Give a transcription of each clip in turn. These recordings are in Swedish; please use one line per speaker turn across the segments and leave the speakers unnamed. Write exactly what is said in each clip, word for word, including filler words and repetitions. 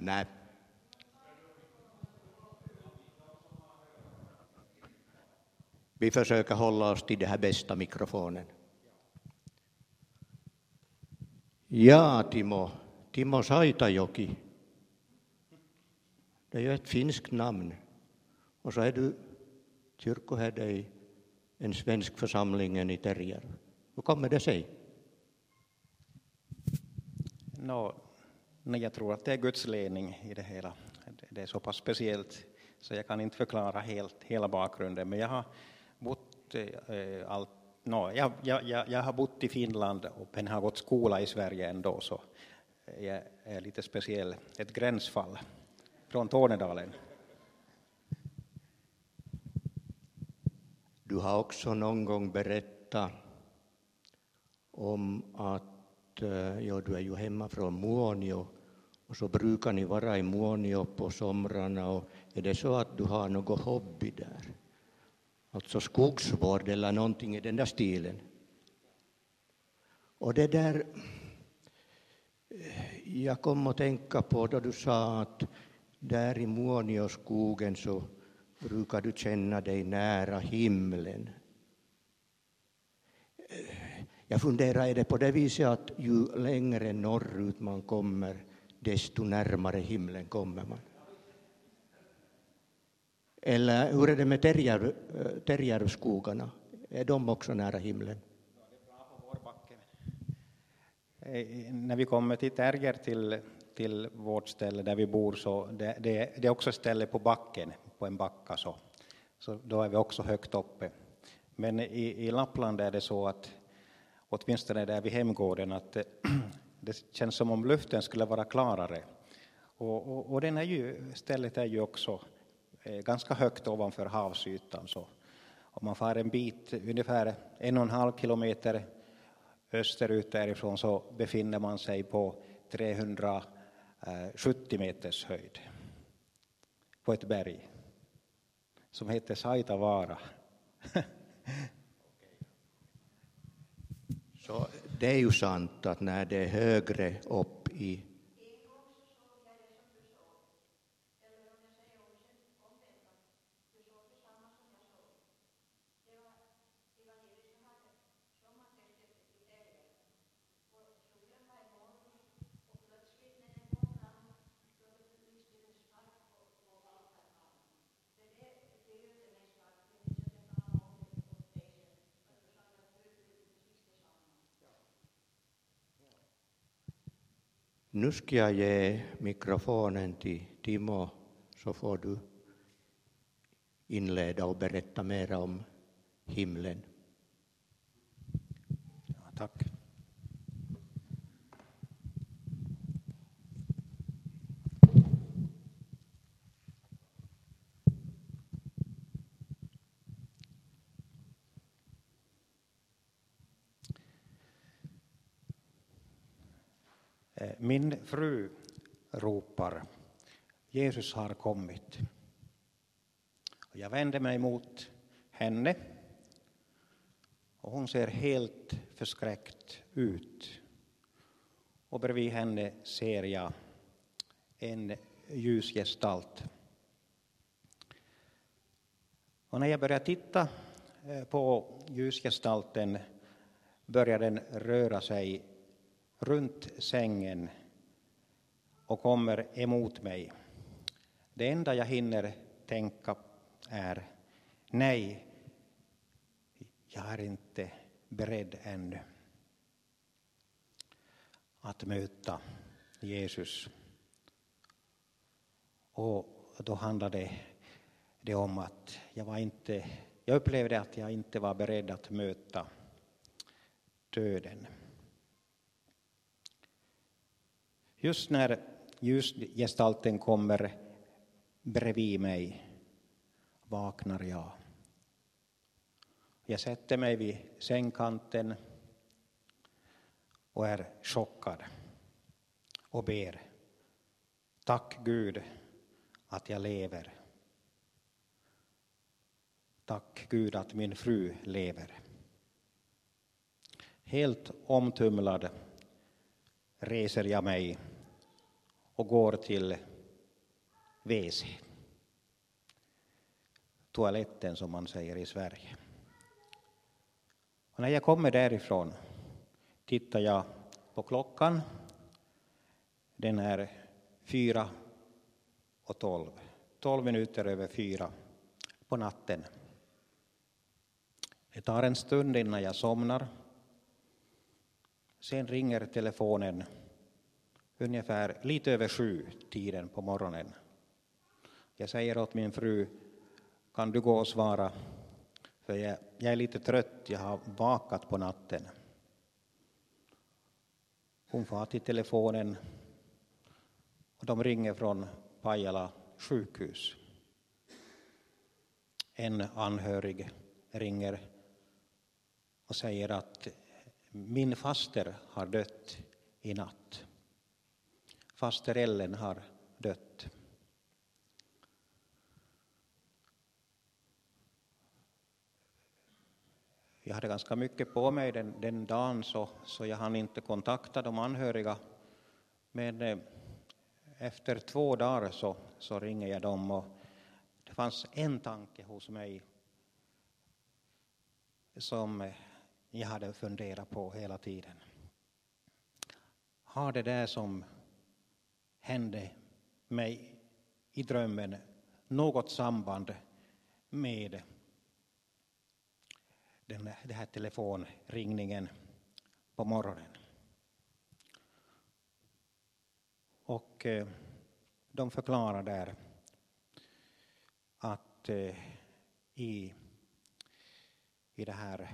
Nej. Vi försöker hålla oss till den här bästa mikrofonen. Ja, Timo. Timo Saitajoki. Det är ju ett finskt namn. Och så är du kyrkoherde i en svensk församling i Terjärv. Hur kommer det sig?
No, nej, jag tror att det är Guds ledning i det hela. Det är så pass speciellt så jag kan inte förklara helt, hela bakgrunden. Men jag har bott, eh, allt, no, jag, jag, jag har bott i Finland och men har gått skola i Sverige ändå. Så jag är lite speciell. Ett gränsfall från Tornedalen.
Du har också någon gång berättat om att ja, du är ju hemma från Muonio och så brukar ni vara i Muonio på somrarna. Och är det så att du har någon hobby där? Alltså skogsvård eller någonting i den där stilen. Och det där, jag kom att tänka på då du sa att där i Muonio-skogen så brukar du känna dig nära himlen. Jag funderar, är det på det viset att ju längre norrut man kommer, desto närmare himlen kommer man? Eller hur är det med Terjärv, Terjärvskogarna? Är de också nära himlen?
Ja, det är bra på vår backen. När vi kommer till Terjärv till, till vårt ställe där vi bor så det, det, det är också ställe på backen, på en backa så. Så då är vi också högt uppe. Men i, i Lappland är det så att åtminstone där vid hemgården att det känns som om luften skulle vara klarare. Och, och, och den är ju, stället är ju också eh, ganska högt ovanför havsytan. Så om man far en bit, ungefär en och en halv kilometer österut därifrån så befinner man sig på trehundrasjuttio meters höjd. På ett berg som heter Saitavaara.
Så det är ju sant att när det är högre upp i Nu ska jag ge mikrofonen till Timo så får du inleda och berätta mer om himlen.
Ja, tack. Min fru ropar, Jesus har kommit. Jag vänder mig mot henne och hon ser helt förskräckt ut. Och bredvid henne ser jag en ljusgestalt. Och när jag börjar titta på ljusgestalten börjar den röra sig runt sängen och kommer emot mig. Det enda jag hinner tänka är nej, jag är inte beredd ännu att möta Jesus. Och då handlade det om att jag var inte, jag upplevde att jag inte var beredd att möta döden. Just när ljusgestalten kommer bredvid mig vaknar jag. Jag sätter mig vid sängkanten och är chockad och ber. Tack Gud att jag lever. Tack Gud att min fru lever. Helt omtumlad reser jag mig och går till W C. Toaletten som man säger i Sverige. Och när jag kommer därifrån tittar jag på klockan. Den är fyra och tolv. Tolv minuter över fyra på natten. Det tar en stund innan jag somnar. Sen ringer telefonen ungefär lite över sju tiden på morgonen. Jag säger åt min fru, kan du gå och svara? För jag, jag är lite trött, jag har vakat på natten. Hon får till telefonen och de ringer från Pajala sjukhus. En anhörig ringer och säger att min faster har dött i natt. Faster Ellen har dött. Jag hade ganska mycket på mig den, den dagen så, så jag hann inte kontakta de anhöriga. Men eh, efter två dagar så, så ringer jag dem och det fanns en tanke hos mig som jag hade funderat på hela tiden. Har det där som hände mig i drömmen något samband med den, den här telefonringningen på morgonen? Och eh, de förklarar där att eh, i, i det här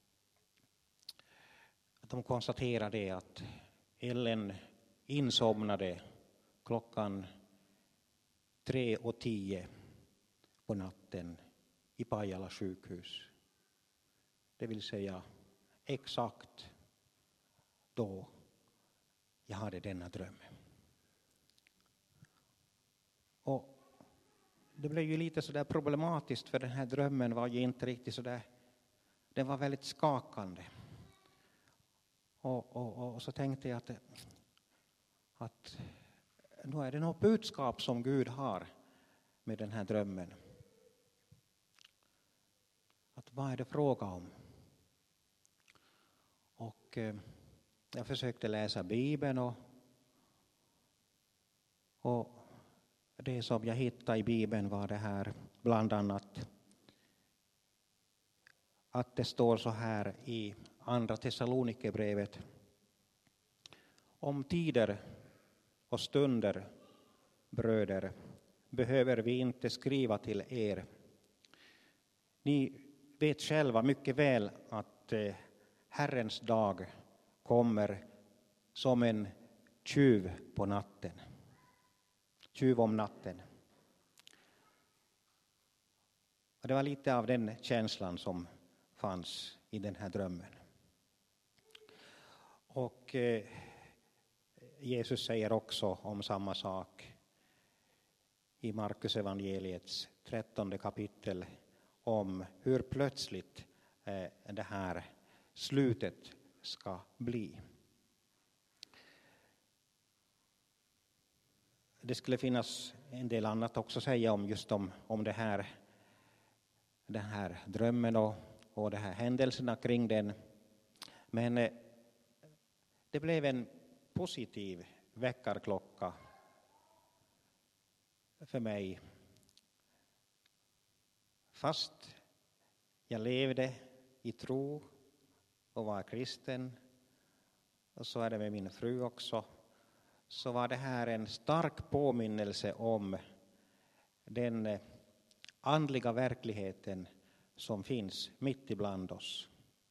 att de konstaterade att Ellen insomnade klockan tre och tio på natten i Pajala sjukhus. Det vill säga exakt då jag hade denna dröm. Och det blev ju lite så där problematiskt för den här drömmen var ju inte riktigt så där, den var väldigt skakande. Och, och, och så tänkte jag att, att nu är det något budskap som Gud har med den här drömmen. Att vad är det fråga om? Och eh, jag försökte läsa Bibeln och, och det som jag hittade i Bibeln var det här bland annat att det står så här i andra Thessalonikerbrevet: om tider och stunder, bröder, behöver vi inte skriva till er. Ni vet själva mycket väl att eh, Herrens dag kommer som en tjuv på natten. Tjuv om natten. Och det var lite av den känslan som fanns i den här drömmen. Och eh, Jesus säger också om samma sak i Markus evangeliets trettonde kapitel om hur plötsligt eh, det här slutet ska bli. Det skulle finnas en del annat också att säga om just om, om det här, den här drömmen och, och de här händelserna kring den. Men eh, det blev en positiv väckarklocka för mig. Fast jag levde i tro och var kristen, och så är det med min fru också, så var det här en stark påminnelse om den andliga verkligheten som finns mitt ibland oss.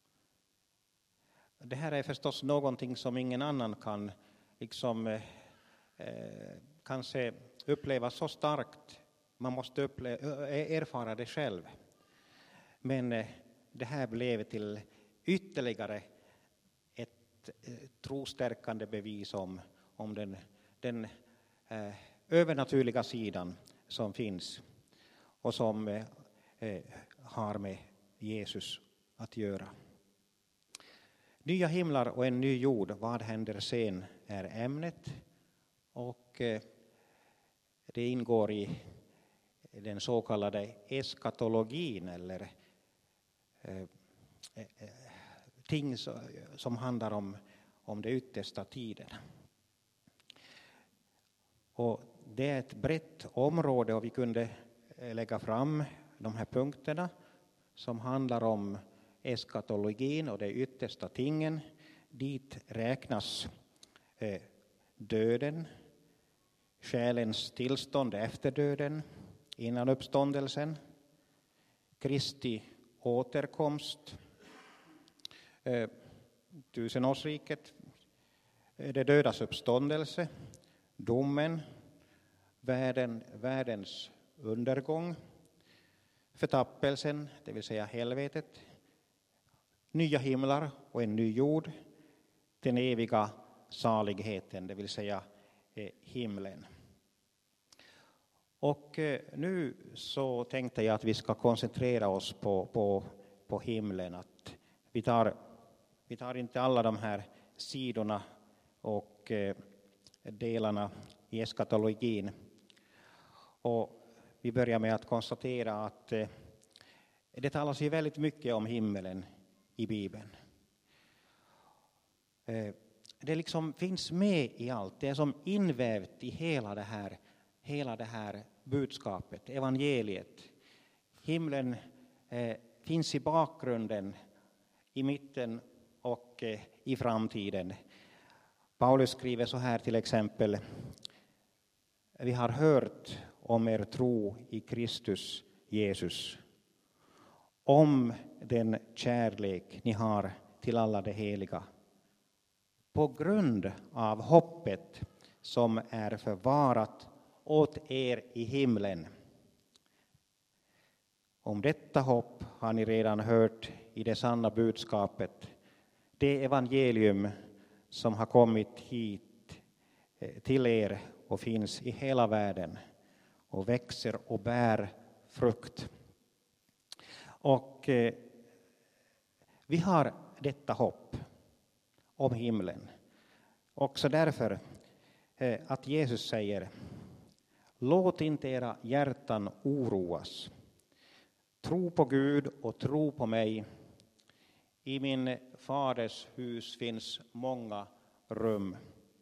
Det här är förstås någonting som ingen annan kan liksom, eh, kanske uppleva så starkt. Man måste uppleva, erfara det själv. Men eh, det här blev till ytterligare ett eh, trostärkande bevis om, om den, den eh, övernaturliga sidan som finns och som eh, eh, har med Jesus att göra. Nya himlar och en ny jord, vad händer sen, är ämnet. Och eh, det ingår i den så kallade eskatologin, eller eh, eh, ting som handlar om, om de yttersta tiderna. Och det är ett brett område, och vi kunde lägga fram de här punkterna som handlar om eskatologin och de yttersta tingen. Dit räknas eh, döden, själens tillstånd efter döden, innan uppståndelsen, Kristi återkomst, eh, tusenårsriket, det dödas uppståndelse, domen, världen, världens undergång, förtappelsen, det vill säga helvetet, nya himlar och en ny jord, den eviga saligheten, det vill säga eh, himlen. Och eh, nu så tänkte jag att vi ska koncentrera oss på, på, på himlen. Att vi, tar, vi tar inte alla de här sidorna och eh, delarna i eskatologin. Och vi börjar med att konstatera att eh, det talas ju väldigt mycket om himmelen i Bibeln. Eh, det liksom finns med i allt. Det är som invävt i hela det här, hela det här budskapet, evangeliet. Himlen eh, finns i bakgrunden, i mitten och eh, i framtiden. Paulus skriver så här till exempel: vi har hört om er tro i Kristus Jesus, om den kärlek ni har till alla de heliga, på grund av hoppet som är förvarat åt er i himlen. Om detta hopp har ni redan hört i det sanna budskapet, det evangelium som har kommit hit till er och finns i hela världen och växer och bär frukt. Och eh, vi har detta hopp om himlen. Också därför eh, att Jesus säger: låt inte era hjärtan oroas. Tro på Gud och tro på mig. I min faders hus finns många rum.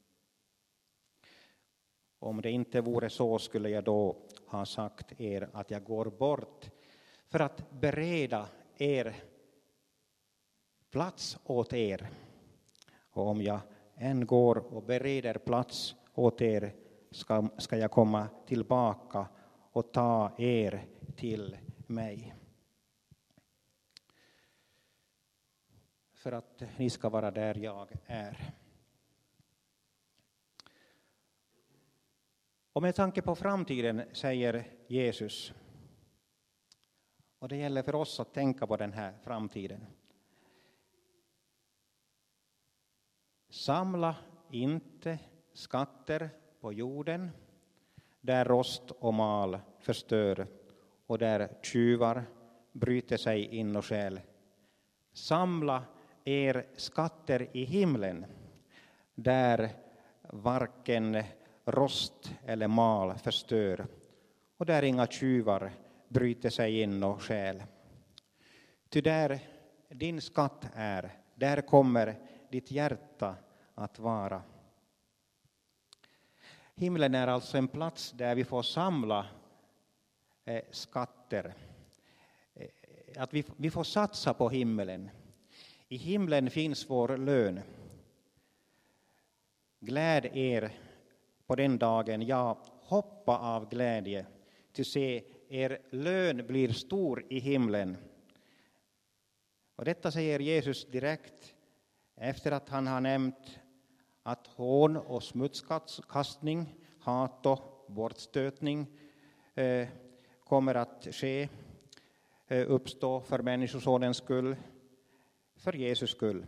Om det inte vore så skulle jag då ha sagt er att jag går bort för att bereda er plats åt er. Och om jag än går och bereder plats åt er ska, ska jag komma tillbaka och ta er till mig. För att ni ska vara där jag är. Och med tanke på framtiden säger Jesus, och det gäller för oss att tänka på den här framtiden: samla inte skatter på jorden där rost och mal förstör och där tjuvar bryter sig in och stjäl. Samla er skatter i himlen där varken rost eller mal förstör och där inga tjuvar bryter sig in och stjäl. Ty där din skatt är, där kommer ditt hjärta att vara. Himlen är alltså en plats där vi får samla eh, skatter. Eh, att vi, vi får satsa på himlen. I himlen finns vår lön. Gläd er på den dagen, ja, hoppa av glädje, till se er lön blir stor i himlen. Och detta säger Jesus direkt efter att han har nämnt att hån och smutskastning, hat och bortstötning eh, kommer att ske, eh, uppstå för människosonens skull, för Jesus skull.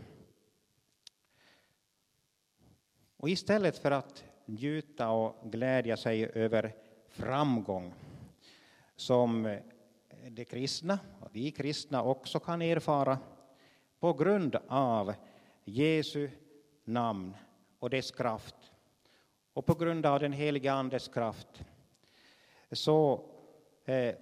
Och istället för att njuta och glädja sig över framgång som de kristna, och vi kristna också kan erfara på grund av Jesu namn och dess kraft och på grund av den heliga Andes kraft, så, eh,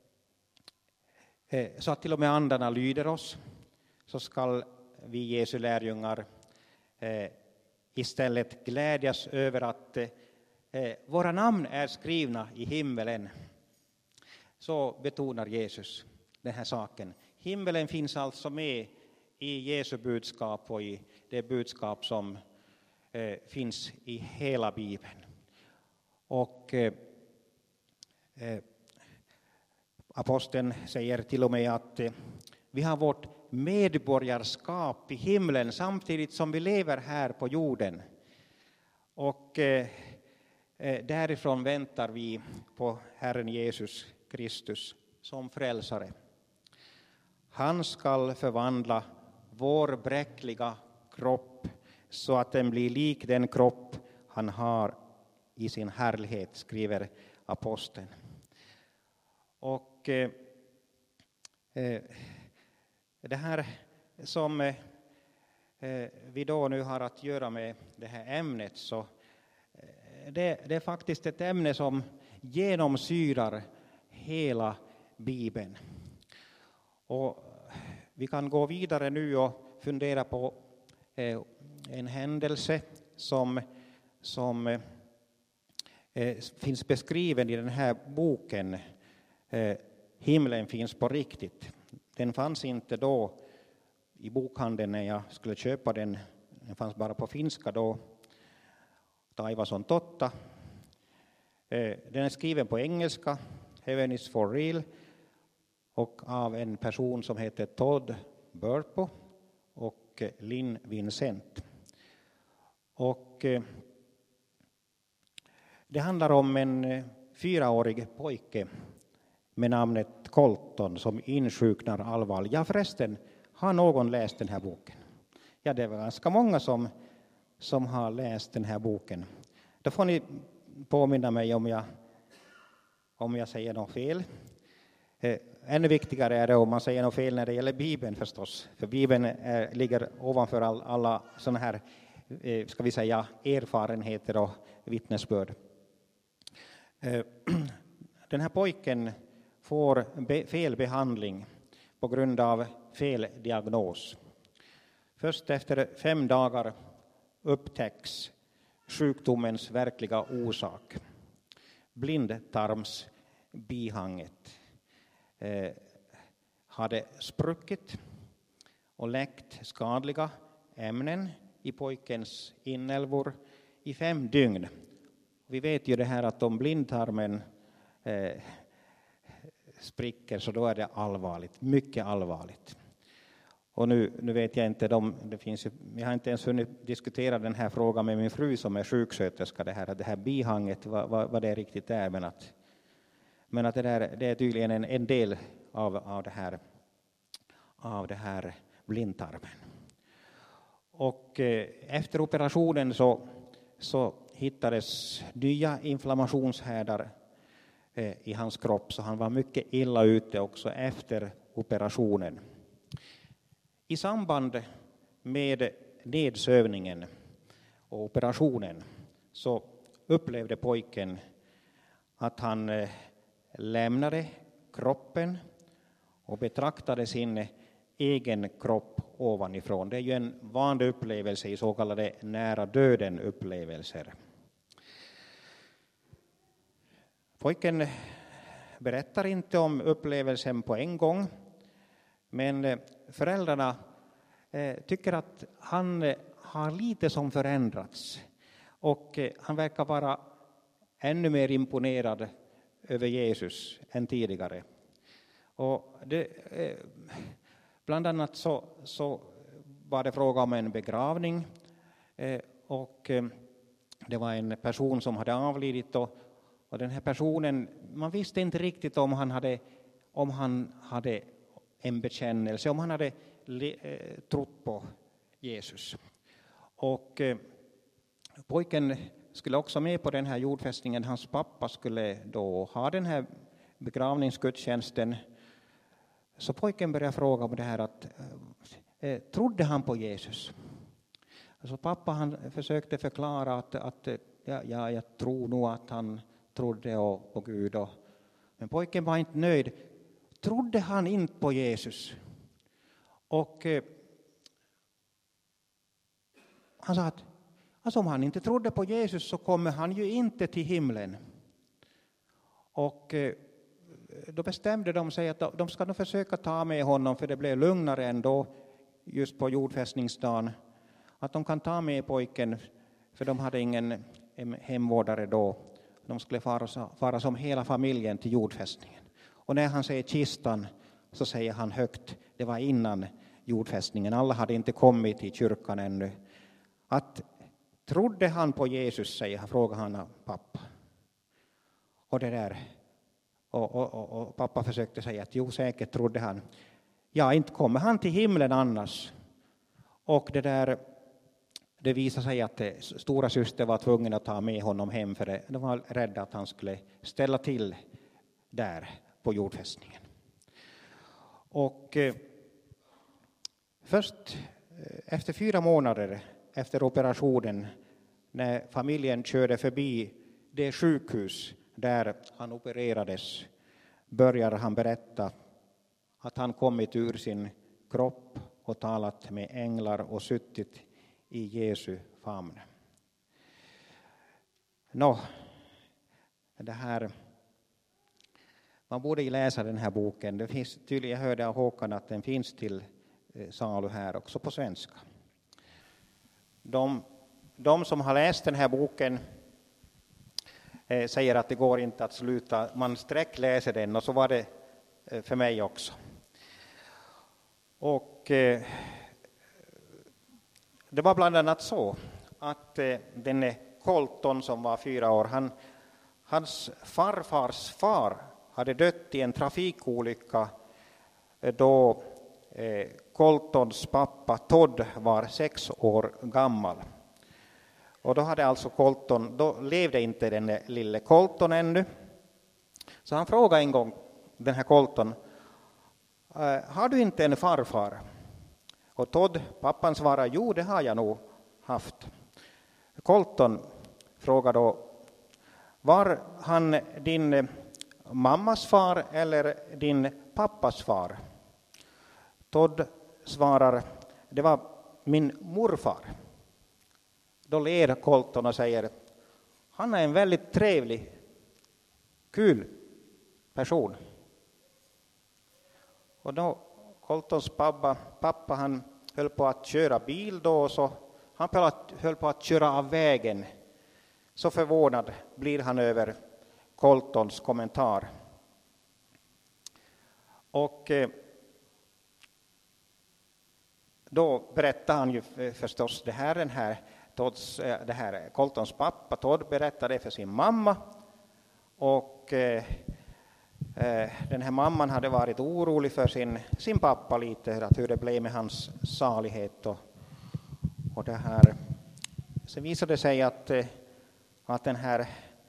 eh, så att till och med andarna lyder oss, så ska vi Jesu lärjungar eh, istället glädjas över att eh, våra namn är skrivna i himmelen. Så betonar Jesus den här saken. Himmelen finns alltså med i Jesu budskap och i det budskap som eh, finns i hela Bibeln. Och eh, eh, aposteln säger till och med att eh, vi har vårt medborgarskap i himlen samtidigt som vi lever här på jorden. Och eh, eh, därifrån väntar vi på Herren Jesus Kristus som frälsare. Han ska förvandla vår bräckliga kropp så att den blir lik den kropp han har i sin härlighet, skriver aposteln. Och eh, eh, det här som eh, vi då nu har att göra med det här ämnet, så eh, det, det är faktiskt ett ämne som genomsyrar hela Bibeln. Och vi kan gå vidare nu och fundera på eh, en händelse som, som eh, finns beskriven i den här boken eh, Himlen finns på riktigt. Den fanns inte då i bokhandeln när jag skulle köpa den. Den fanns bara på finska då. Taivas on totta. Eh, den är skriven på engelska. Heaven is for real. Och av en person som heter Todd Burpo och Lynn Vincent. Och eh, det handlar om en eh, fyraårig pojke med namnet Colton som insjuknar allvarligt. Ja, förresten, har någon läst den här boken? Ja, det var ganska många som, som har läst den här boken. Då får ni påminna mig om jag, om jag säger något fel. Eh, ännu viktigare är det om man säger något fel när det gäller Bibeln förstås. För Bibeln är, ligger ovanför all, alla sådana här eh, ska vi säga, erfarenheter och vittnesbörd. Eh, den här pojken får be, fel behandling på grund av fel diagnos. Först efter fem dagar upptäcks sjukdomens verkliga orsak. Blindtarmsbihanget eh, hade spruckit och läckt skadliga ämnen i pojkens inälvor i fem dygn. Vi vet ju det här att om blindtarmen eh, spricker så då är det allvarligt, mycket allvarligt. Och nu, nu vet jag inte, de, det finns ju, jag har inte ens hunnit diskutera den här frågan med min fru som är sjuksköterska, det här, det här bihanget, vad, vad, vad det riktigt är, men att, men att det, där, det är tydligen en, en del av, av, det här, av det här blindtarmen. Och eh, efter operationen så, så hittades nya inflammationshärdar eh, i hans kropp, så han var mycket illa ute också efter operationen. I samband med nedsövningen och operationen så upplevde pojken att han eh, lämnade kroppen och betraktade sin egen kropp ovanifrån. Det är ju en vanlig upplevelse i så kallade nära döden upplevelser. Pojken berättar inte om upplevelsen på en gång, men föräldrarna eh, tycker att han eh, har lite som förändrats. Och eh, han verkar vara ännu mer imponerad över Jesus än tidigare. Och det, eh, bland annat så, så var det fråga om en begravning. Eh, och eh, det var en person som hade avlidit. Och, och den här personen, man visste inte riktigt om han hade, om han hade en bekännelse, om han hade le, eh, trott på Jesus. Och eh, pojken skulle också med på den här jordfästningen. Hans pappa skulle då ha den här begravningsgudstjänsten. Så pojken började fråga om det här att eh, trodde han på Jesus? Alltså pappa han försökte förklara att, att ja, ja, jag tror nog att han trodde och, på Gud och, Men pojken var inte nöjd. Trodde han inte på Jesus? Och eh, han sa att alltså om han inte trodde på Jesus så kommer han ju inte till himlen. Och eh, då bestämde de sig att de ska nog försöka ta med honom, för det blev lugnare ändå just på jordfästningsdagen. Att de kan ta med pojken, för de hade ingen hemvårdare då. De skulle fara, fara som hela familjen till jordfästningen. Och när han säger kistan så säger han högt, det var innan jordfästningen, alla hade inte kommit till kyrkan ännu. Att trodde han på Jesus, säger han, frågar han av pappa. Och det där, och, och, och, och pappa försökte säga att jo, säkert trodde han. Ja, inte kommer han till himlen annars. Och det där, det visade sig att det, stora syster var tvungen att ta med honom hem, för det, de var rädda att han skulle ställa till där på jordfästningen. Och eh, först eh, efter fyra månader efter operationen, när familjen körde förbi det sjukhus där han opererades, börjar han berätta att han kommit ur sin kropp och talat med änglar och suttit i Jesu famn. Nå, det här, man borde ju läsa den här boken. Det finns tydligen, jag hörde av Håkan att den finns till salu här också på svenska. De, de som har läst den här boken eh, säger att det går inte att sluta. Man sträckläser den, och så var det eh, för mig också. Och eh, det var bland annat så att eh, den Colton som var fyra år, han, hans farfars far hade dött i en trafikolycka eh, då eh, Coltons pappa Todd var sex år gammal. Och då hade alltså Colton, då levde inte den lille Colton ännu. Så han frågade en gång den här Colton, har du inte en farfar? Och Todd, pappan, svarade, jo, det har jag nog haft. Colton frågade då, var han din mammas far eller din pappas far? Todd svarar, det var min morfar. Då ler Colton och säger, han är en väldigt trevlig, kul person. Och då Coltons pappa, pappa han höll på att köra bil då, så han höll på att köra av vägen. Så förvånad blir han över Coltons kommentar. Och eh, då berättar han ju förstås det här, den här, Todds, det här Coltons pappa Todd berättade det för sin mamma. Och eh, den här mamman hade varit orolig för sin, sin pappa lite, att hur det blev med hans salighet. Och, och det här. Så visade det sig att, att den här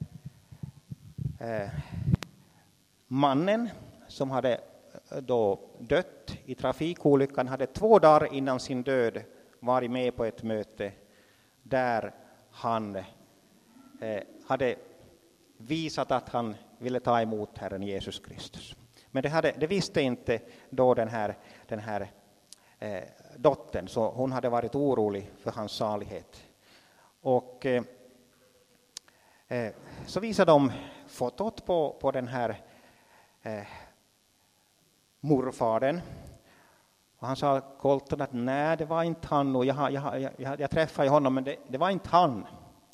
eh, mannen som hade då dött i trafikolyckan hade två dagar innan sin död varit med på ett möte där han eh, hade visat att han ville ta emot Herren Jesus Kristus. Men det, hade, det visste inte då den här, den här eh, dottern, så hon hade varit orolig för hans salighet. Och eh, eh, så visade de fotot på, på den här eh, morfadern. Och han sa Colton att nej, det var inte han. Och jag, jag, jag, jag, jag träffade honom, men det, det var inte han.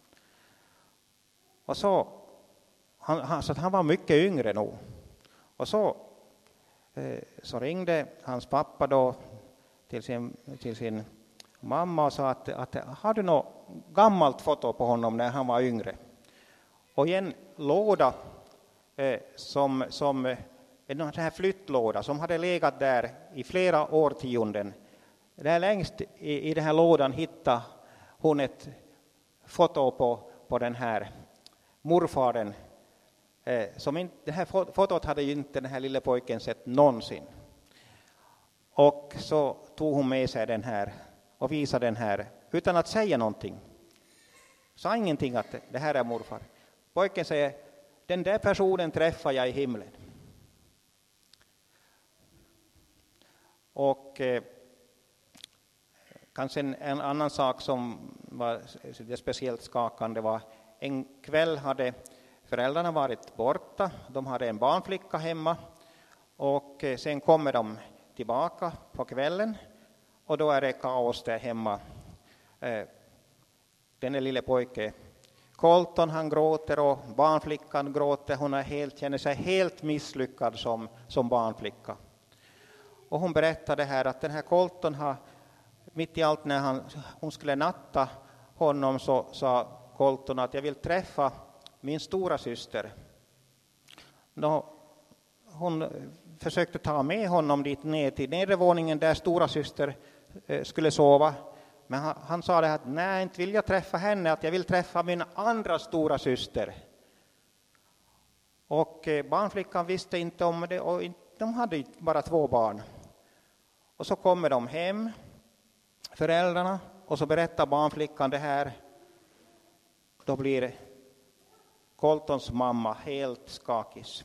Och så, han, han, så att han var mycket yngre nog. Och så, eh, så ringde hans pappa då till sin, till sin mamma och sa att, att har du något gammalt foto på honom när han var yngre? Och i en låda eh, som, som en här flyttlåda som hade legat där i flera årtionden. Där längst i, i den här lådan hittade hon ett foto på, på den här morfadern. Eh, som inte, det här fotot hade ju inte den här lilla pojken sett någonsin. Och så tog hon med sig den här och visade den här utan att säga någonting. Sa ingenting att det här är morfar. Pojken säger, den där personen träffar jag i himlen. Och eh, kanske en, en annan sak som var det speciellt skakande var en kväll hade föräldrarna varit borta. De hade en barnflicka hemma och eh, sen kommer de tillbaka på kvällen och då är det kaos där hemma. Eh, den lille pojke Colton, han gråter och barnflickan gråter. Hon är helt, känner sig helt misslyckad som, som barnflicka. Och hon berättade här att den här Colton har, mitt i allt när han, hon skulle natta honom, så sa Colton att jag vill träffa min stora syster. Då, hon försökte ta med honom dit ner till nedervåningen där stora syster eh, skulle sova. Men han, han sa det att nej, inte vill jag träffa henne, att jag vill träffa min andra stora syster. Och eh, barnflickan visste inte om det, och de hade bara två barn. Och så kommer de hem, föräldrarna, och så berättar barnflickan det här. Då blir Coltons mamma helt skakis.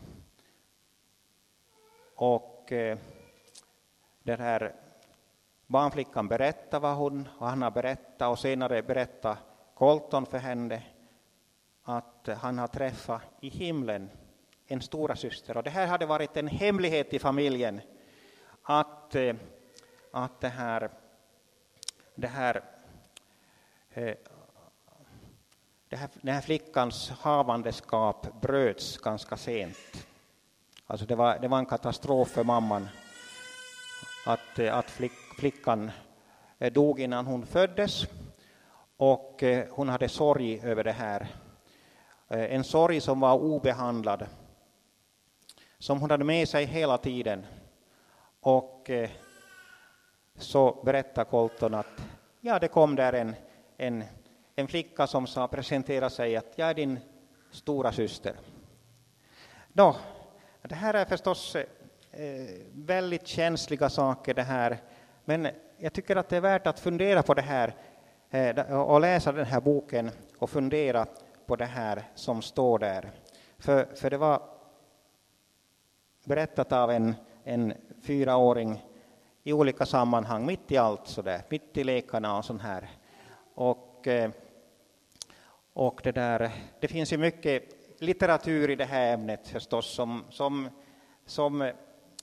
Och eh, det här barnflickan berättar vad hon och han har berättat, och senare berättar Colton för henne att han har träffat i himlen en stora syster. Och det här hade varit en hemlighet i familjen, att, eh, att det här, det här, eh, det här, den här flickans havandeskap bröts ganska sent. Alltså det var, det var en katastrof för mamman att, att flick, flickan dog innan hon föddes, och hon hade sorg över det här. En sorg som var obehandlad, som hon hade med sig hela tiden. Och så berättade Colton att ja, det kom där en, en, en flicka som sa, presentera sig, att jag är din stora syster. Då, det här är förstås eh, väldigt känsliga saker det här. Men jag tycker att det är värt att fundera på det här eh, och läsa den här boken och fundera på det här som står där. För, för det var berättat av en, en fyraåring i olika sammanhang, mitt i allt sådär, mitt i lekarna och sånt här. Och, eh, och det där, det finns ju mycket litteratur i det här ämnet förstås som, som, som eh,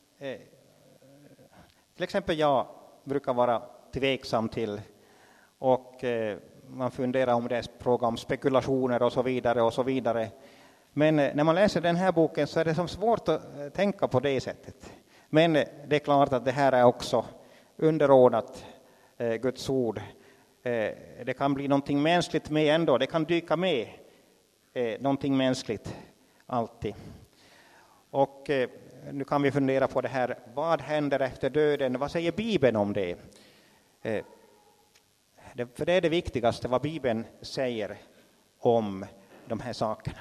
till exempel jag brukar vara tveksam till, och eh, man funderar om det är fråga om spekulationer och så vidare och så vidare. Men eh, när man läser den här boken så är det som svårt att eh, tänka på det sättet. Men eh, det är klart att det här är också underordnat eh, Guds ord. Eh, det kan bli någonting mänskligt med ändå, det kan dyka med eh, någonting mänskligt alltid. Och eh, nu kan vi fundera på det här, vad händer efter döden? Vad säger Bibeln om det? Eh, det för det är det viktigaste, vad Bibeln säger om de här sakerna.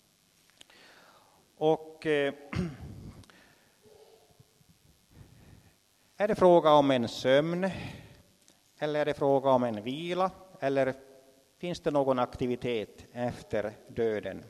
Och eh, är det fråga om en sömn? Eller är det fråga om en vila? Eller finns det någon aktivitet efter döden?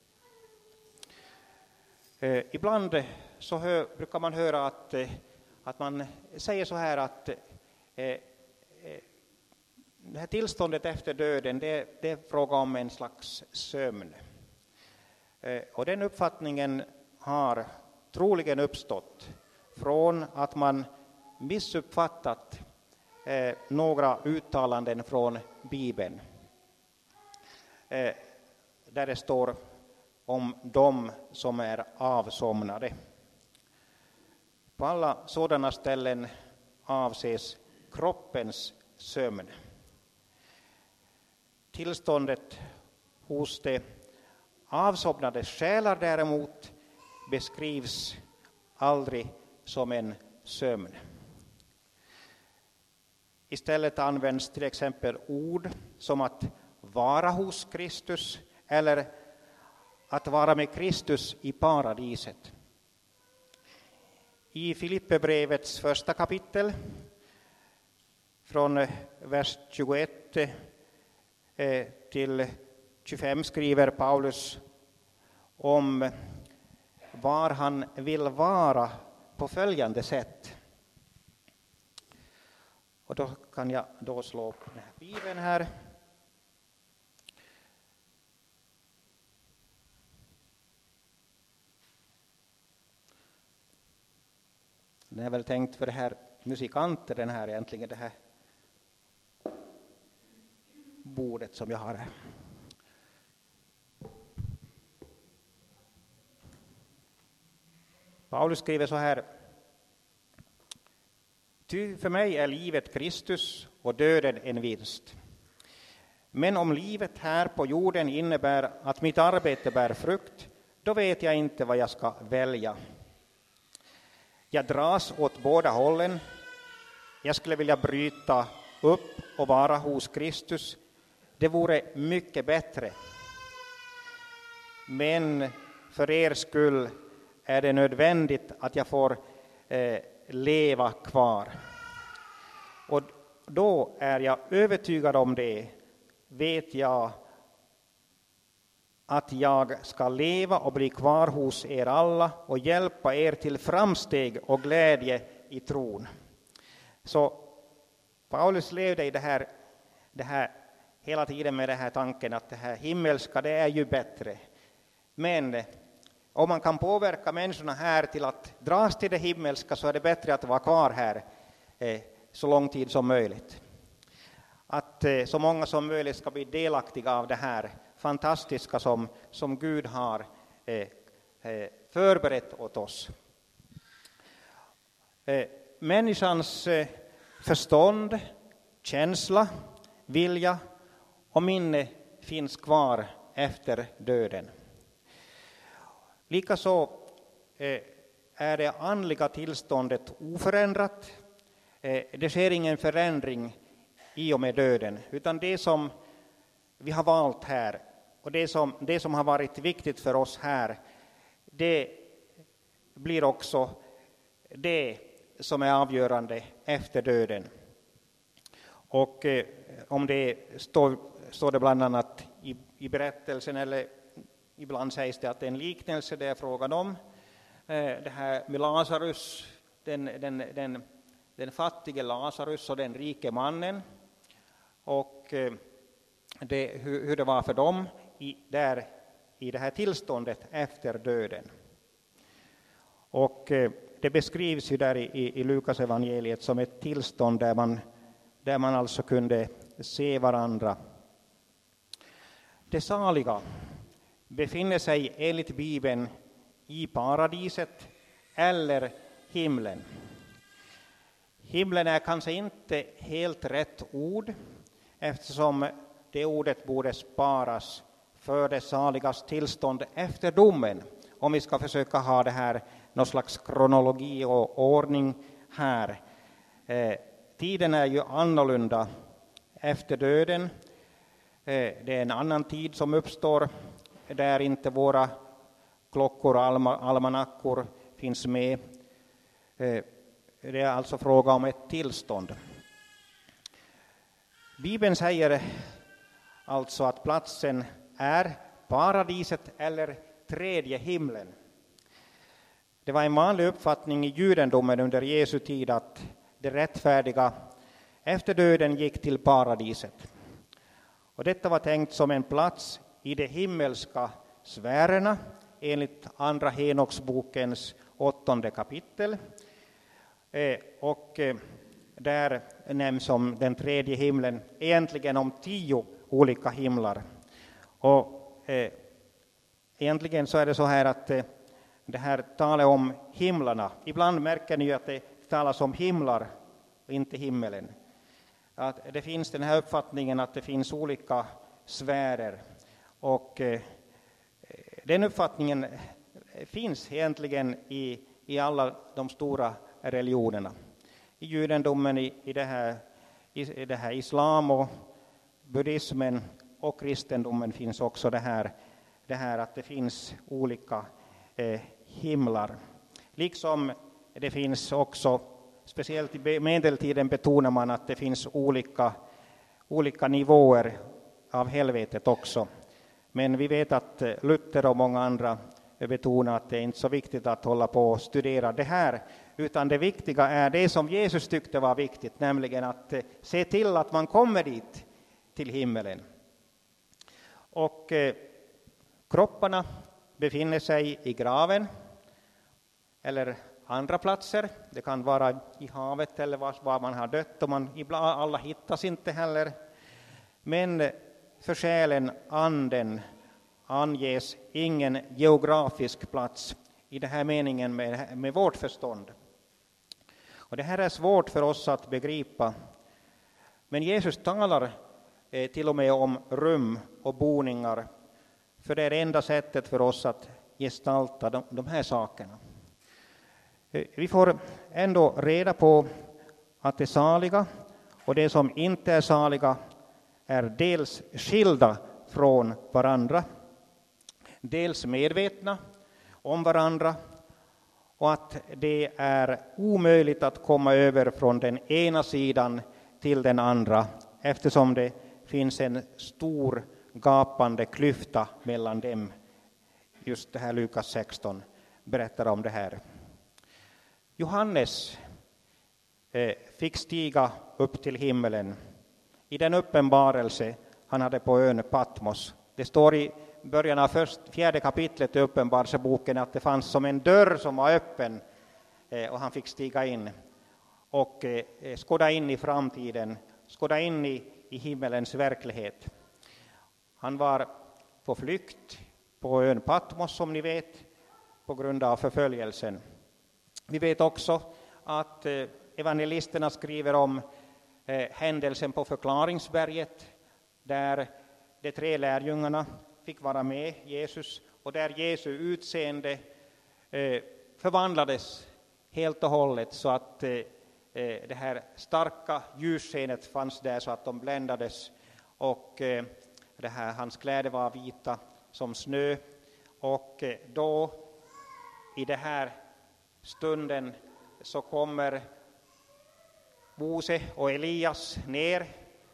Eh, ibland så hör, brukar man höra att, eh, att man säger så här att eh, eh, det här tillståndet efter döden, det, det är fråga om en slags sömn. Eh, och den uppfattningen har troligen uppstått från att man missuppfattat eh, några uttalanden från Bibeln. Eh, där det står om dem som är avsomnade. På alla sådana ställen avses kroppens sömn. Tillståndet hos de avsomnade själar däremot beskrivs aldrig som en sömn. Istället används till exempel ord som att vara hos Kristus eller att vara med Kristus i paradiset. I Filipperbrevets första kapitel från vers tjugoett till tjugofem skriver Paulus om var han vill vara på följande sätt. Och då kan jag då slå upp den här bibeln här. Den är väl tänkt för det här musikanter, den här egentligen, det här bordet som jag har här. Paulus skriver så här: ty för mig är livet Kristus och döden en vinst. Men om livet här på jorden innebär att mitt arbete bär frukt, då vet jag inte vad jag ska välja. Jag dras åt båda hållen. Jag skulle vilja bryta upp och vara hos Kristus. Det vore mycket bättre. Men för er skull är det nödvändigt att jag får eh, leva kvar. Och då är jag övertygad om det, vet jag att jag ska leva och bli kvar hos er alla och hjälpa er till framsteg och glädje i tron. Så Paulus levde i det här, det här hela tiden med den här tanken att det här himmelska, det är ju bättre. Men om man kan påverka människorna här till att dras till det himmelska, så är det bättre att vara kvar här eh, så lång tid som möjligt. Att eh, så många som möjligt ska bli delaktiga av det här fantastiska som, som Gud har eh, eh, förberett åt oss. Eh, människans eh, förstånd, känsla, vilja och minne finns kvar efter döden. Likaså eh, är det andliga tillståndet oförändrat. Eh, det sker ingen förändring i och med döden, utan det som vi har valt här och det som, det som har varit viktigt för oss här, det blir också det som är avgörande efter döden. Och eh, om det står, står det bland annat i, i berättelsen, eller ibland sägs det att det är en liknelse det är frågan om. Eh, det här med Lazarus, den, den, den, den fattige Lazarus och den rike mannen. Och eh, det, hur, hur det var för dem i, där, i det här tillståndet efter döden. Och eh, det beskrivs ju där i, i Lukas evangeliet som ett tillstånd där man, där man alltså kunde se varandra. Det saliga befinner sig enligt Bibeln i paradiset eller himlen. Himlen är kanske inte helt rätt ord, eftersom det ordet borde sparas för det saligas tillstånd efter domen. Om vi ska försöka ha det här någon slags kronologi och ordning här. Eh, tiden är ju annorlunda efter döden. Eh, det är en annan tid som uppstår där inte våra klockor och alma, almanackor finns med. Eh, det är alltså fråga om ett tillstånd. Bibeln säger alltså att platsen är paradiset eller tredje himlen. Det var en vanlig uppfattning i judendomen under Jesu tid att det rättfärdiga efter döden gick till paradiset. Och detta var tänkt som en plats i de himmelska sfärerna enligt andra Henoksbokens åttonde kapitel. Eh, och eh, där nämns om den tredje himlen egentligen om tio olika himlar. Och eh, egentligen så är det så här att eh, det här talar om himlarna. Ibland märker ni att det talas om himlar och inte himmelen. Att det finns den här uppfattningen att det finns olika sfärer. Och eh, den uppfattningen finns egentligen i, i alla de stora religionerna. I judendomen, i, i, det här, i det här islam och buddhismen och kristendomen finns också det här, det här att det finns olika eh, himlar. Liksom det finns också, speciellt i medeltiden betonar man att det finns olika, olika nivåer av helvetet också. Men vi vet att Luther och många andra betonar att det är inte så viktigt att hålla på och studera det här, utan det viktiga är det som Jesus tyckte var viktigt, nämligen att eh, se till att man kommer dit till himmelen. Och eh, kropparna befinner sig i graven eller andra platser. Det kan vara i havet eller var, var man har dött, och man, ibland, alla hittas inte heller. Men för själen, anden, anges ingen geografisk plats i den här meningen med, med vårt förstånd. Och det här är svårt för oss att begripa. Men Jesus talar eh, till och med om rum och boningar, för det är det enda sättet för oss att gestalta de, de här sakerna. Eh, vi får ändå reda på att det saliga och det som inte är saliga är dels skilda från varandra, dels medvetna om varandra, och att det är omöjligt att komma över från den ena sidan till den andra, eftersom det finns en stor gapande klyfta mellan dem. Just det här Lukas sexton berättar om det här. Johannes eh, fick stiga upp till himmelen i den uppenbarelse han hade på ön Patmos. Det står i början av först, fjärde kapitlet i uppenbarelseboken att det fanns som en dörr som var öppen, eh, och han fick stiga in och eh, skåda in i framtiden, skåda in i, i himmelens verklighet. Han var på flykt på ön Patmos, som ni vet, på grund av förföljelsen. Vi vet också att eh, evangelisterna skriver om eh, händelsen på förklaringsberget, där de tre lärjungarna fick vara med Jesus, och där Jesu utseende eh, förvandlades helt och hållet, så att eh, det här starka ljusskenet fanns där så att de bländades, och eh, det här, hans kläder var vita som snö. Och eh, då i den här stunden så kommer Mose och Elias ner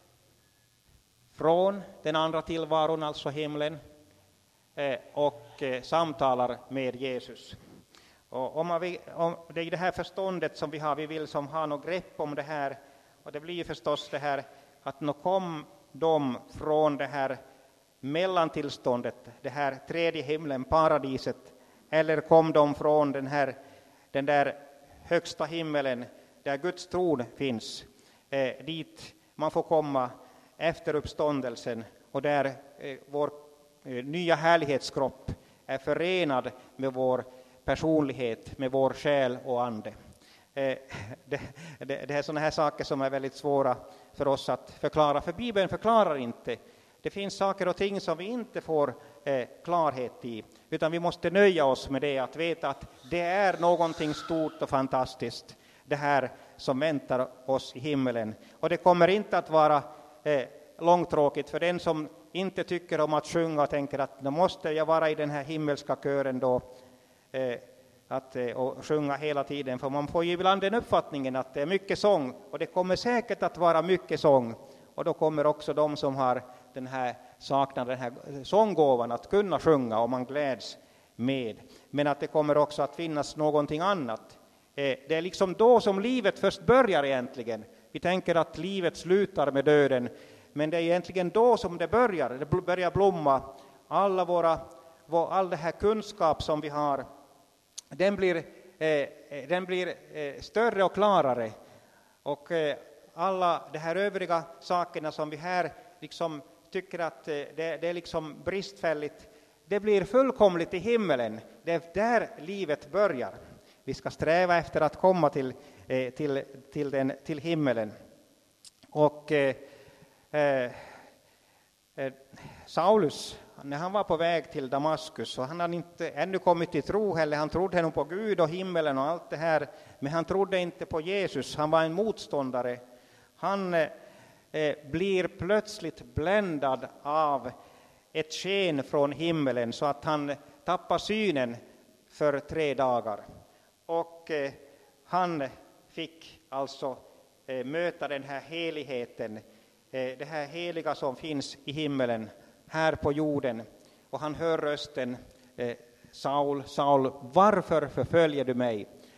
från den andra tillvaron, alltså himlen, eh, och eh, samtalar med Jesus. Och om man vill, om det är det här förståndet som vi har, vi vill som ha något grepp om det här, och det blir ju förstås det här att nå kom de från det här mellantillståndet, det här tredje himlen, paradiset, eller kom de från den här den där högsta himmelen där Guds tron finns, eh, dit man får komma efter uppståndelsen, och där eh, vår eh, nya härlighetskropp är förenad med vår personlighet, med vår själ och ande. Eh, det, det, det är sådana här saker som är väldigt svåra för oss att förklara, för Bibeln förklarar inte. Det finns saker och ting som vi inte får eh, klarhet i, utan vi måste nöja oss med det, att veta att det är någonting stort och fantastiskt, det här som väntar oss i himmelen. Och det kommer inte att vara eh, långtråkigt för den som inte tycker om att sjunga och tänker att då måste jag vara i den här himmelska kören då, eh, att, eh, och sjunga hela tiden. För man får ju ibland den uppfattningen att det är mycket sång, och det kommer säkert att vara mycket sång. Och då kommer också de som har den här saknar den här sånggåvan att kunna sjunga, och man gläds med. Men att det kommer också att finnas någonting annat. Eh, det är liksom då som livet först börjar egentligen. Vi tänker att livet slutar med döden, men det är egentligen då som det börjar. Det börjar blomma. Alla våra, vår, all det här kunskap som vi har, den blir, eh, den blir eh, större och klarare. Och eh, alla de här övriga sakerna som vi här liksom tycker att eh, det, det är liksom bristfälligt, det blir fullkomligt i himmelen. Det är där livet börjar. Vi ska sträva efter att komma till, eh, till, till, den, till himmelen. Och eh, eh, Saulus, när han var på väg till Damaskus, så han hade inte ännu kommit till tro heller. Han trodde nog på Gud och himmelen och allt det här, men han trodde inte på Jesus. Han var en motståndare. Han eh, blir plötsligt bländad av ett sken från himmelen, så att han tappar synen för tre dagar. Och eh, han fick alltså eh, möta den här heligheten, eh, det här heliga som finns i himmelen, här på jorden. Och han hör rösten, eh, Saul, Saul, varför förföljer du mig?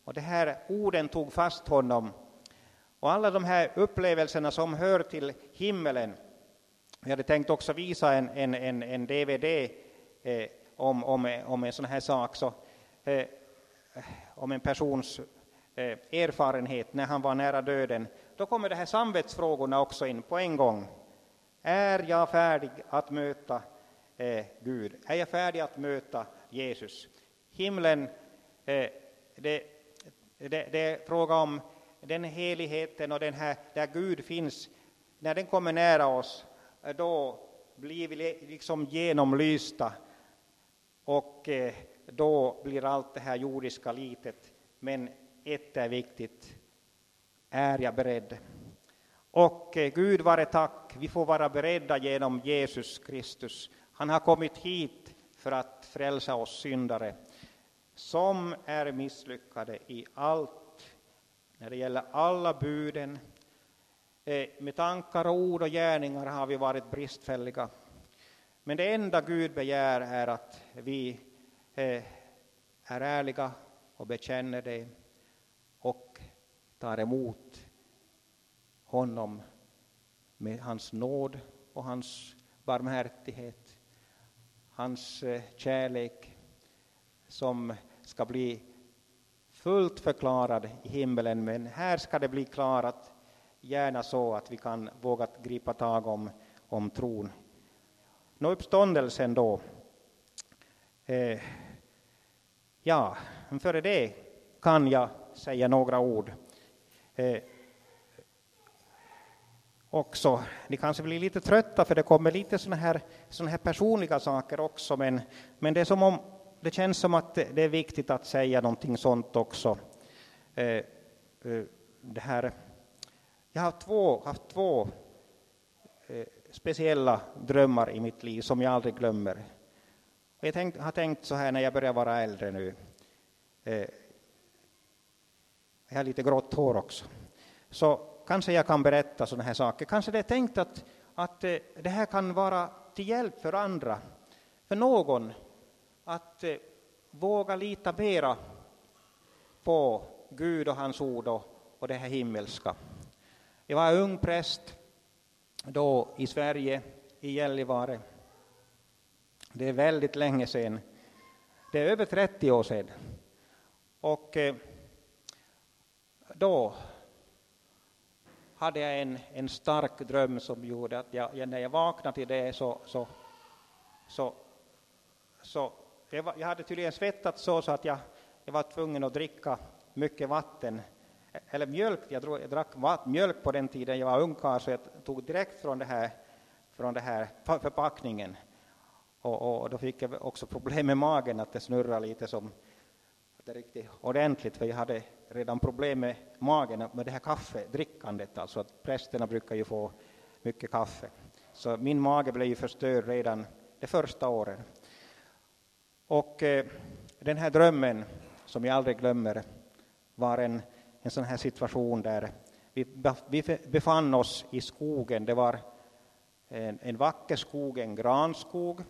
Och det här orden tog fast honom. Och alla de här upplevelserna som hör till himmelen. Jag hade tänkt också visa en, en, en, en D V D eh, om, om, om en sån här sak. Så, eh, om en persons eh, erfarenhet när han var nära döden. Då kommer de här samvetsfrågorna också in på en gång. Är jag färdig att möta eh, Gud? Är jag färdig att möta Jesus? Himlen, eh, det, det, det är fråga om den heligheten och den här, där Gud finns. När den kommer nära oss, då blir vi liksom genomlysta. Och eh, då blir allt det här jordiska litet. Men ett är viktigt. Är jag beredd? Och eh, Gud vare tack, vi får vara beredda genom Jesus Kristus. Han har kommit hit för att frälsa oss syndare som är misslyckade i allt. När det gäller alla buden, eh, med tankar, ord och gärningar har vi varit bristfälliga. Men det enda Gud begär är att vi eh, är ärliga och bekänner det och tar emot honom med hans nåd och hans barmhärtighet, hans eh, kärlek som ska bli fullt förklarad i himmelen. Men här ska det bli klarat, gärna så att vi kan våga gripa tag om, om tron. Nå, uppståndelsen då. Eh, ja, men före det kan jag säga några ord. Eh, också, ni kanske blir lite trötta för det kommer lite såna här, såna här personliga saker också. Men, men det är som om det känns som att det, det är viktigt att säga någonting sånt också. Eh, eh, det här, jag har två, haft två eh, speciella drömmar i mitt liv som jag aldrig glömmer. Och jag tänkt, har tänkt så här när jag börjar vara äldre nu. Eh, jag har lite grått hår också. Så kanske jag kan berätta sådana här saker. Kanske det är tänkt att, att eh, det här kan vara till hjälp för andra. För någon att eh, våga lita mera på Gud och hans ord och, och det här himmelska. Jag var ung präst då i Sverige, i Gällivare. Det är väldigt länge sedan. Det är över trettio år sedan. Och eh, då hade jag en, en stark dröm som gjorde att jag, när jag vaknade till det så, så, så, så jag, var, jag hade tydligen svettat så, så att jag, jag var tvungen att dricka mycket vatten. Eller mjölk, jag, drog, jag drack vatt, mjölk på den tiden jag var ungkarl, så jag tog direkt från det här, från det här förpackningen. Och, och då fick jag också problem med magen, att det snurrade lite som det riktigt ordentligt, för jag hade redan problem med magen med det här kaffedrickandet, alltså att prästerna brukar ju få mycket kaffe. Så min mage blev ju förstörd redan de första åren. Och eh, den här drömmen som jag aldrig glömmer var en, en sån här situation där vi, vi befann oss i skogen. Det var en, en vacker skog, en granskog,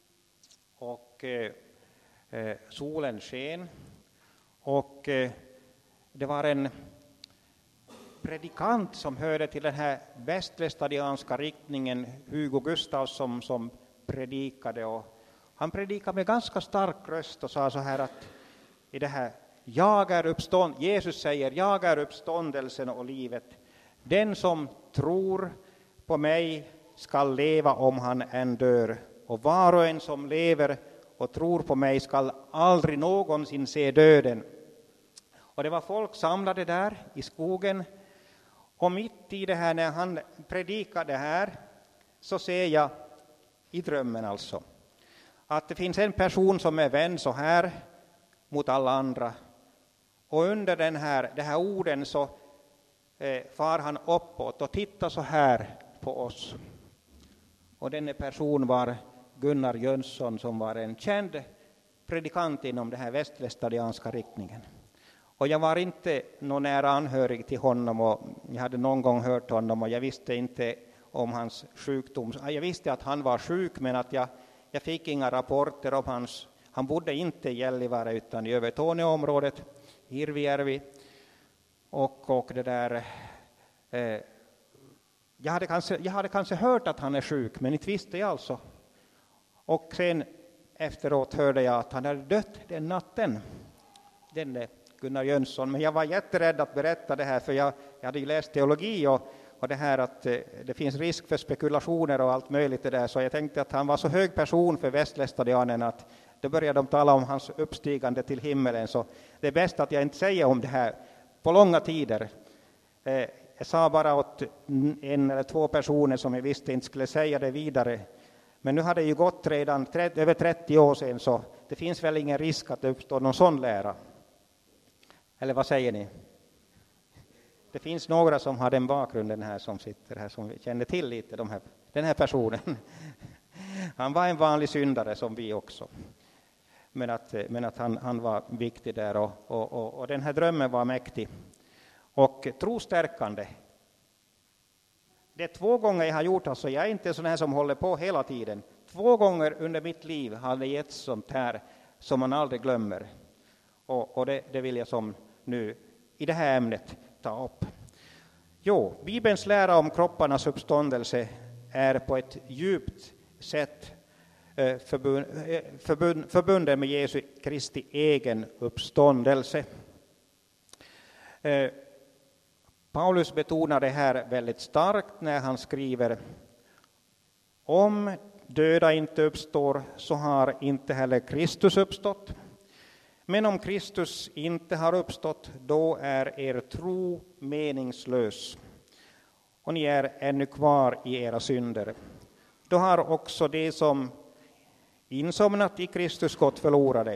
och eh, eh, solen sken. Och eh, det var en predikant som hörde till den här västlestadianska riktningen, Hugo Gustafsson, som predikade. Och han predikade med ganska stark röst och sa så här att i det här, jag är uppstånd, Jesus säger, jag är uppståndelsen och livet. Den som tror på mig ska leva om han än dör. Och var och en som lever och tror på mig ska aldrig någonsin se döden. Och det var folk samlade där i skogen. Och mitt i det här, när han predikade här, så ser jag i drömmen alltså att det finns en person som är vänd så här mot alla andra. Och under den här, det här orden så eh, far han uppåt och tittar så här på oss. Och denna person var Gunnar Jönsson, som var en känd predikant inom den här västlestadianska riktningen. Och jag var inte någon nära anhörig till honom, och jag hade någon gång hört honom och jag visste inte om hans sjukdom. Jag visste att han var sjuk, men att jag, jag fick inga rapporter om hans. Han bodde inte i Gällivare utan i Övertorneåområdet Hirvijärvi. Och, och det där... Eh, jag, hade kanske, jag hade kanske hört att han är sjuk, men inte visste jag alltså. Och sen efteråt hörde jag att han hade dött den natten. Den är Gunnar Jönsson. Men jag var jätterädd att berätta det här, för jag, jag hade ju läst teologi och, och det här att eh, det finns risk för spekulationer och allt möjligt det där. Så jag tänkte att han var så hög person för västlästadianen att då började de tala om hans uppstigande till himmelen. Så det är bäst att jag inte säger om det här på långa tider. Eh, jag sa bara åt en eller två personer som jag visste inte skulle säga det vidare. Men nu har det ju gått redan trettio, över trettio år sedan, så det finns väl ingen risk att det uppstår någon sån lära. Eller vad säger ni? Det finns några som har den bakgrunden här som sitter här som känner till lite de här, den här personen. Han var en vanlig syndare som vi också. Men att, men att han, han var viktig där och, och, och, och den här drömmen var mäktig. Och trostärkande. Det är två gånger jag har gjort, alltså jag är inte sån här som håller på hela tiden. Två gånger under mitt liv har det getts sånt här som man aldrig glömmer. Och, och det, det vill jag som nu i det här ämnet ta upp. Jo, Bibelns lära om kropparnas uppståndelse är på ett djupt sätt förbund, förbund, förbunden med Jesu Kristi egen uppståndelse. Paulus betonar det här väldigt starkt när han skriver: om döda inte uppstår så har inte heller Kristus uppstått. Men om Kristus inte har uppstått, då är er tro meningslös och ni är ännu kvar i era synder. Då har också det som insomnat i Kristus gått förlorade.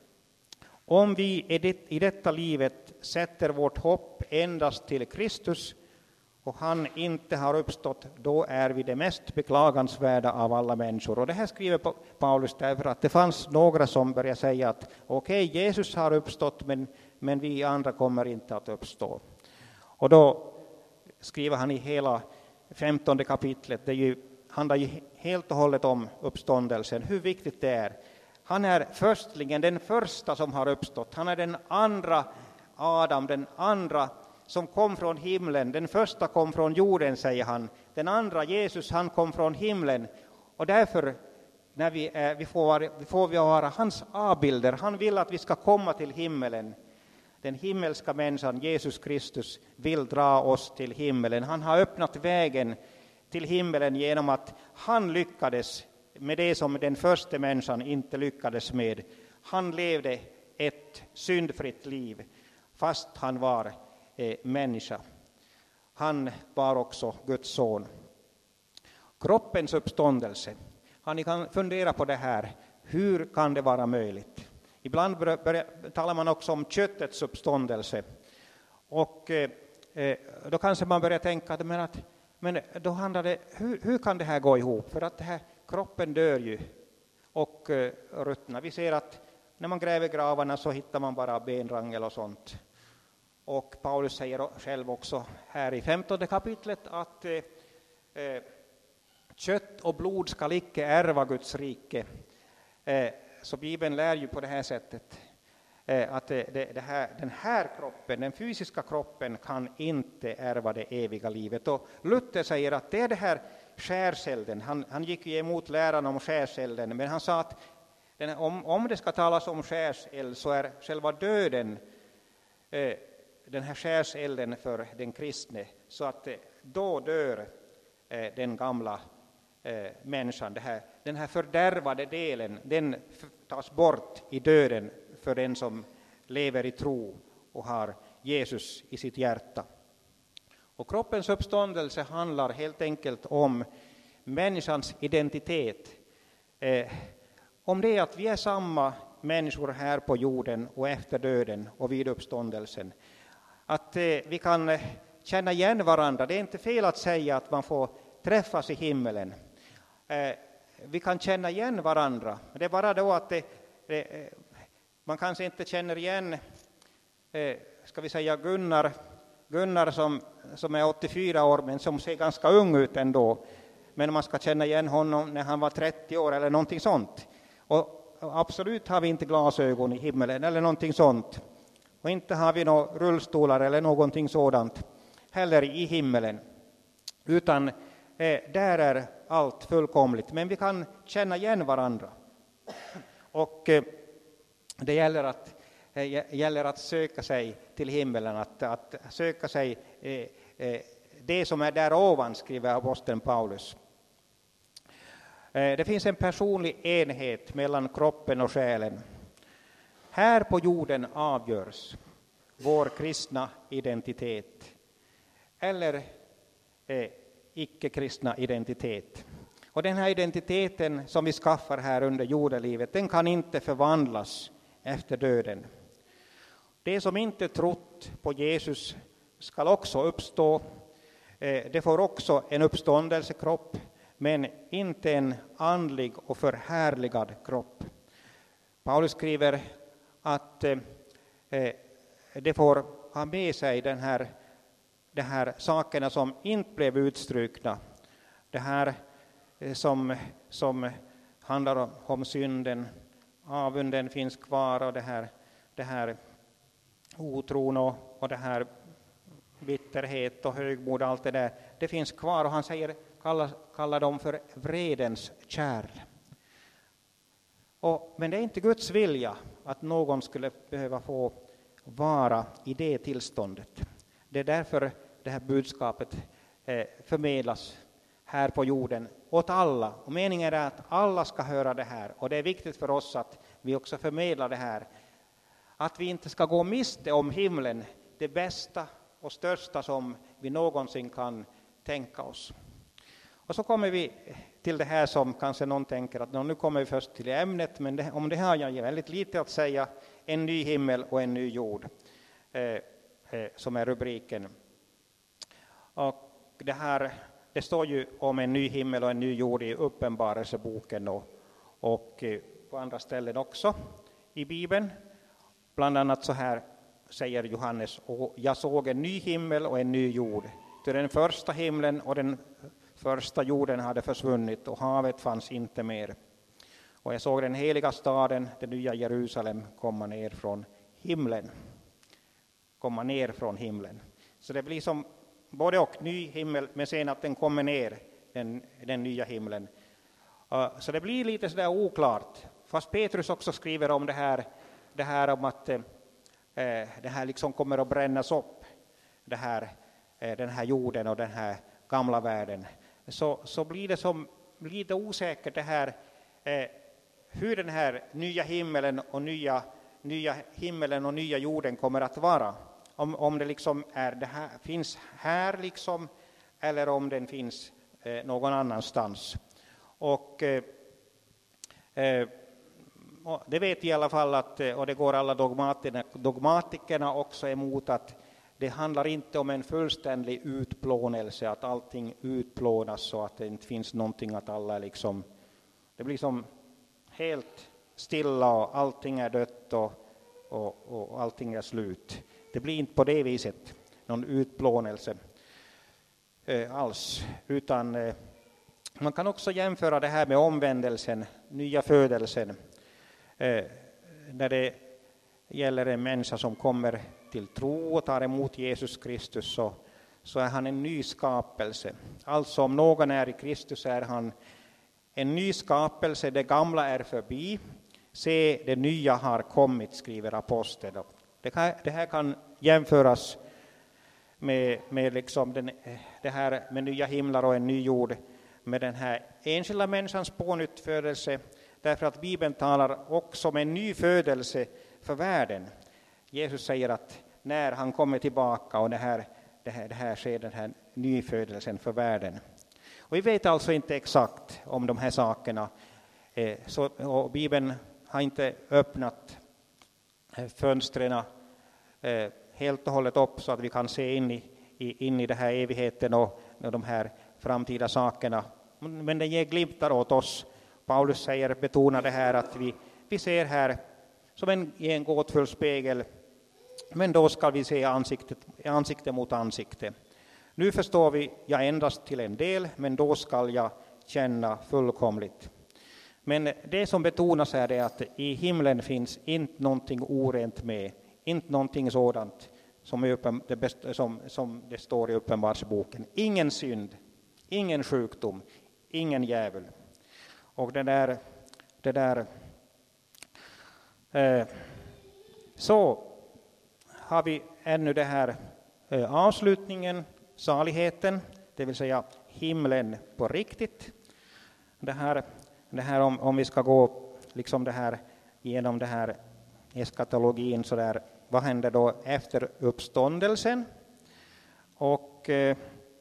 Om vi i detta livet sätter vårt hopp endast till Kristus och han inte har uppstått, då är vi det mest beklagansvärda av alla människor. Och det här skriver Paulus därför att det fanns några som började säga att okej, okay, Jesus har uppstått, men, men vi andra kommer inte att uppstå. Och då skriver han i hela femtonde kapitlet, det är ju, handlar ju helt och hållet om uppståndelsen, hur viktigt det är. Han är förstlingen, den första som har uppstått. Han är den andra Adam, den andra som kom från himlen. Den första kom från jorden, säger han. Den andra, Jesus, han kom från himlen. Och därför, när vi, är, vi, får, vara, vi får vi vara hans avbilder. Han vill att vi ska komma till himmelen. Den himmelska människan, Jesus Kristus, vill dra oss till himmelen. Han har öppnat vägen till himmelen genom att han lyckades med det som den första människan inte lyckades med. Han levde ett syndfritt liv fast han var eh, människa. Han var också Guds son. Kroppens uppståndelse. Har ni kan fundera på det här. Hur kan det vara möjligt? Ibland börjar, talar man också om köttets uppståndelse. Och eh, då kanske man börjar tänka att, men, att, men då handlar det, hur, hur kan det här gå ihop? För att det här, kroppen dör ju och eh, ruttnar. Vi ser att när man gräver gravarna så hittar man bara benrangel och sånt. Och Paulus säger själv också här i femtonde kapitlet att eh, kött och blod ska icke ärva Guds rike. Eh, så Bibeln lär ju på det här sättet eh, att det, det, det här, den här kroppen, den fysiska kroppen, kan inte ärva det eviga livet. Och Luther säger att det är det här skärselden. Han, han gick ju emot läran om skärselden, men han sa att den, om, om det ska talas om skärseld så är själva döden eh, den här skärselden för den kristne, så att eh, då dör eh, den gamla eh, människan. Det här, den här fördärvade delen, den tas bort i döden för den som lever i tro och har Jesus i sitt hjärta. Och kroppens uppståndelse handlar helt enkelt om människans identitet. Eh, om det att vi är samma människor här på jorden och efter döden och vid uppståndelsen. Att eh, vi kan eh, känna igen varandra. Det är inte fel att säga att man får träffas i himmelen. Eh, vi kan känna igen varandra. Det är bara då att det, eh, man kanske inte känner igen, eh, ska vi säga Gunnar, Gunnar som, som är åttiofyra år men som ser ganska ung ut ändå. Men man ska känna igen honom när han var trettio år eller någonting sånt. Och absolut har vi inte glasögon i himmelen eller någonting sånt. Och inte har vi några rullstolar eller någonting sådant heller i himmelen. Utan eh, där är allt fullkomligt. Men vi kan känna igen varandra. Och eh, det gäller att, eh, gäller att söka sig till himmelen. Att, att söka sig eh, eh, det som är där ovan, skriver aposteln Paulus. Eh, det finns en personlig enhet mellan kroppen och själen. Här på jorden avgörs vår kristna identitet. Eller eh, icke-kristna identitet. Och den här identiteten som vi skaffar här under jordelivet, den kan inte förvandlas efter döden. Det som inte trott på Jesus ska också uppstå. Eh, det får också en uppståndelsekropp, men inte en andlig och förhärligad kropp. Paulus skriver att eh, det får ha med sig den här de här sakerna som inte blev utstrukna. Det här som, som handlar om, om synden. Avunden finns kvar och det här, det här otron och, och det här bitterhet och högmod, allt det där. Det finns kvar och han säger, kallar, kallar dem för vredens kärl. Och, men det är inte Guds vilja att någon skulle behöva få vara i det tillståndet. Det är därför det här budskapet eh, förmedlas här på jorden åt alla. Och meningen är att alla ska höra det här. Och det är viktigt för oss att vi också förmedlar det här. Att vi inte ska gå miste om himlen, det bästa och största som vi någonsin kan tänka oss. Och så kommer vi till det här som kanske någon tänker att nu kommer vi först till ämnet. Men det, om det här har jag väldigt lite att säga. En ny himmel och en ny jord. Eh, eh, som är rubriken. Och det här, det står ju om en ny himmel och en ny jord i Uppenbarelseboken och, och på andra ställen också i Bibeln. Bland annat så här säger Johannes: och jag såg en ny himmel och en ny jord. Till den första himlen och den första jorden hade försvunnit och havet fanns inte mer. Och jag såg den heliga staden, det nya Jerusalem, komma ner från himlen. Komma ner från himlen. Så det blir som både och ny himmel, men sen att den kommer ner, den, den nya himlen. Uh, så det blir lite sådär oklart. Fast Petrus också skriver om det här, det här om att uh, det här liksom kommer att brännas upp. Det här, uh, den här jorden och den här gamla världen. Så, så blir det som lite osäkert det här, uh, hur den här nya himmelen och nya, nya himmelen och nya jorden kommer att vara. Om, om det liksom är det här, finns här liksom, eller om den finns eh, någon annanstans. Och eh, eh, det vet vi i alla fall att, och det går alla dogmatikerna, dogmatikerna också emot, att det handlar inte om en fullständig utplånelse, att allting utplånas så att det inte finns någonting, att alla liksom, det blir som helt stilla och allting är dött och, och, och allting är slut. Det blir inte på det viset någon utplånelse eh, alls, utan eh, man kan också jämföra det här med omvändelsen, nya födelsen. Eh, när det gäller en människa som kommer till tro och tar emot Jesus Kristus, så, så är han en ny skapelse. Alltså om någon är i Kristus är han en ny skapelse, det gamla är förbi. Se, det nya har kommit, skriver aposteln. Det, kan, det här kan jämföras med, med liksom den, det här med nya himlar och en ny jord, med den här enskilda människans pånyttfödelse, därför att Bibeln talar också om en ny födelse för världen. Jesus säger att när han kommer tillbaka och det här, det här, det här sker, den här nyfödelsen för världen. Och vi vet alltså inte exakt om de här sakerna. Eh, så, och Bibeln har inte öppnat fönstren eh, helt och hållet upp så att vi kan se in i, i, in i det här evigheten och, och de här framtida sakerna. Men det ger glimtar åt oss. Paulus säger, betonar det här att vi, vi ser här som en, i en gåtfull spegel, men då ska vi se ansiktet, ansikte mot ansikte. Nu förstår vi jag endast till en del, men då ska jag känna fullkomligt. Men det som betonas är det att i himlen finns inte någonting orent med. inte någonting sådant som, är uppen, det, bästa, som, som det står i Uppenbarelseboken. Ingen synd, ingen sjukdom, ingen djävul. Och det där, det där eh, så har vi ännu det här eh, avslutningen, saligheten, det vill säga himlen på riktigt. Det här, det här om, om vi ska gå liksom det här, genom det här eskatologin, så där, vad händer då efter uppståndelsen? Och eh,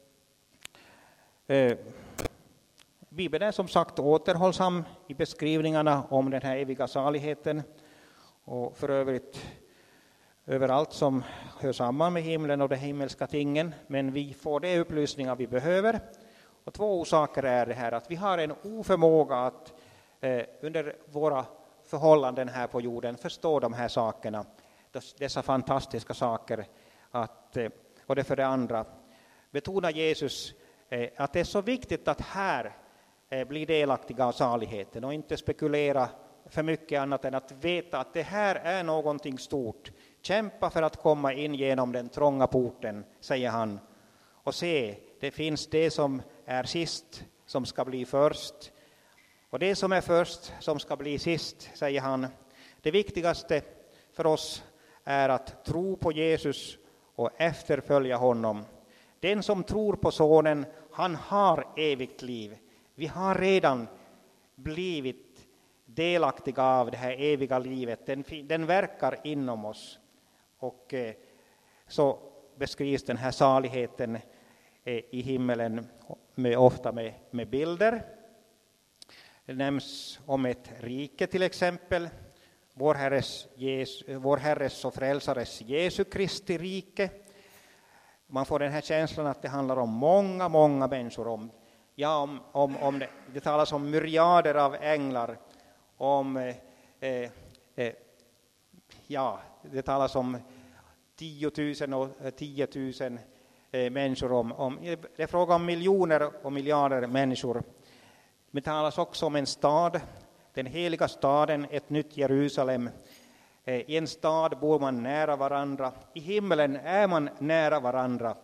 eh, Bibeln är som sagt återhållsam i beskrivningarna om den här eviga saligheten, och för övrigt överallt som hör samman med himlen och de himmelska tingen, men vi får de upplysningar vi behöver. Och två orsaker är det här, att vi har en oförmåga att eh, under våra förhållanden här på jorden förstå de här sakerna, dessa fantastiska saker. Att, eh, och det för det andra betonar Jesus eh, att det är så viktigt att här eh, bli delaktiga av saligheten och inte spekulera för mycket annat än att veta att det här är någonting stort. Kämpa för att komma in genom den trånga porten, säger han. Och se, det finns det som är sist som ska bli först. Och det som är först som ska bli sist, säger han. Det viktigaste för oss är att tro på Jesus och efterfölja honom. Den som tror på sonen, han har evigt liv. Vi har redan blivit delaktiga av det här eviga livet. Den, den verkar inom oss. Och eh, så beskrivs den här saligheten eh, i himmelen med, ofta med, med bilder. Det nämns om ett rike till exempel. Vår Herres, Jesu, vår Herres och Frälsares Jesu Kristi rike. Man får den här känslan att det handlar om många, många människor. Om, ja, om, om, om det, det talas om myriader av änglar. Om, eh, eh, ja, det talas om tiotusen och tiotusen eh, människor. Om, om, det är fråga om miljoner och miljarder människor. Det talas också om en stad, den heliga staden, ett nytt Jerusalem. Eh, I en stad bor man nära varandra. I himmelen är man nära varandra.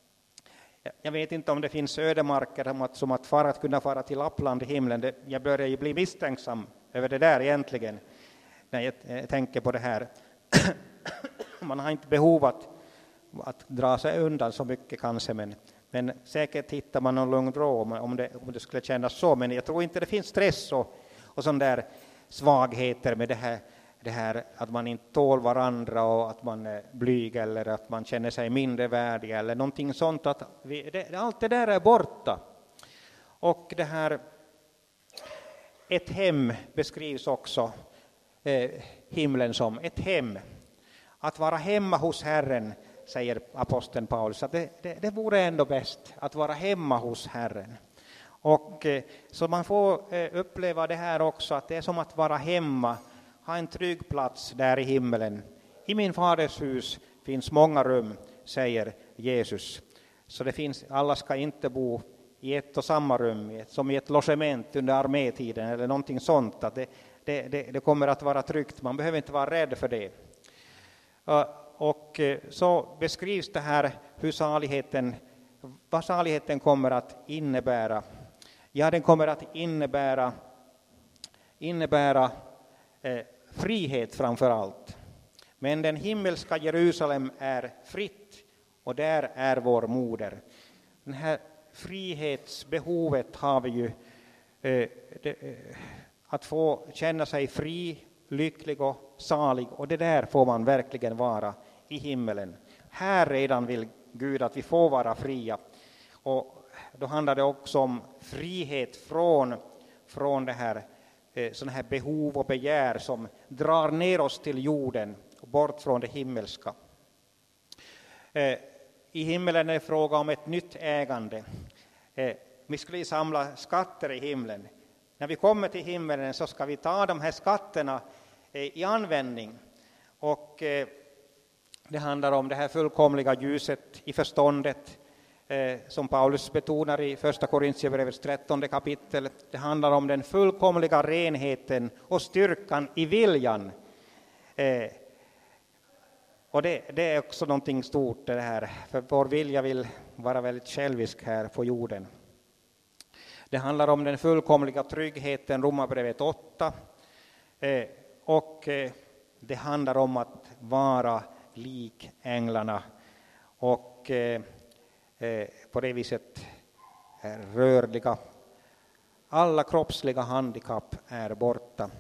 Jag vet inte om det finns ödemarker som att, som att, fara, att kunna fara till Lappland i himlen. Det, jag börjar ju bli misstänksam över det där egentligen, när jag, jag tänker på det här. Man har inte behov att, att dra sig undan så mycket kanske, men, men säkert hittar man någon lugn ro om, om, det, om det skulle kännas så. Men jag tror inte det finns stress och, och sån där svagheter med det här, det här att man inte tål varandra och att man är blyg eller att man känner sig mindre värdig eller någonting sånt. Att vi, det, allt det där är borta. Och det här, ett hem beskrivs också eh, himlen som ett hem. Att vara hemma hos Herren, säger aposteln Paulus, att det, det, det vore ändå bäst att vara hemma hos Herren. Och eh, så man får eh, uppleva det här också, att det är som att vara hemma, ha en trygg plats där i himmelen. I min faders hus finns många rum, säger Jesus. Så det finns, alla ska inte bo i ett och samma rum, som i ett logement under armétiden eller någonting sånt. Att det, det, det, det kommer att vara tryggt, man behöver inte vara rädd för det. Och så beskrivs det här hur saligheten, vad saligheten kommer att innebära. Ja, den kommer att innebära, innebära eh, frihet framför allt. Men den himmelska Jerusalem är fritt och där är vår moder. Den här frihetsbehovet har vi ju, eh, det, eh, att få känna sig fri, lycklig och salig, och det där får man verkligen vara i himmelen. Här redan vill Gud att vi får vara fria, och då handlar det också om frihet från, från det här, eh, sådana här behov och begär som drar ner oss till jorden och bort från det himmelska. Eh, I himmelen är det fråga om ett nytt ägande. Eh, vi skulle samla skatter i himlen. När vi kommer till himmelen så ska vi ta de här skatterna eh, i användning. Och eh, det handlar om det här fullkomliga ljuset i förståndet, eh, som Paulus betonar i första Korintierbrevets trettonde kapitel. Det handlar om den fullkomliga renheten och styrkan i viljan. Eh, Och det, det är också någonting stort det här, för vår vilja vill vara väldigt självisk här på jorden. Det handlar om den fullkomliga tryggheten, Romarbrevet åtta, eh, och eh, det handlar om att vara lik änglarna och eh, eh, på det viset är rörliga. Alla kroppsliga handikapp är borta.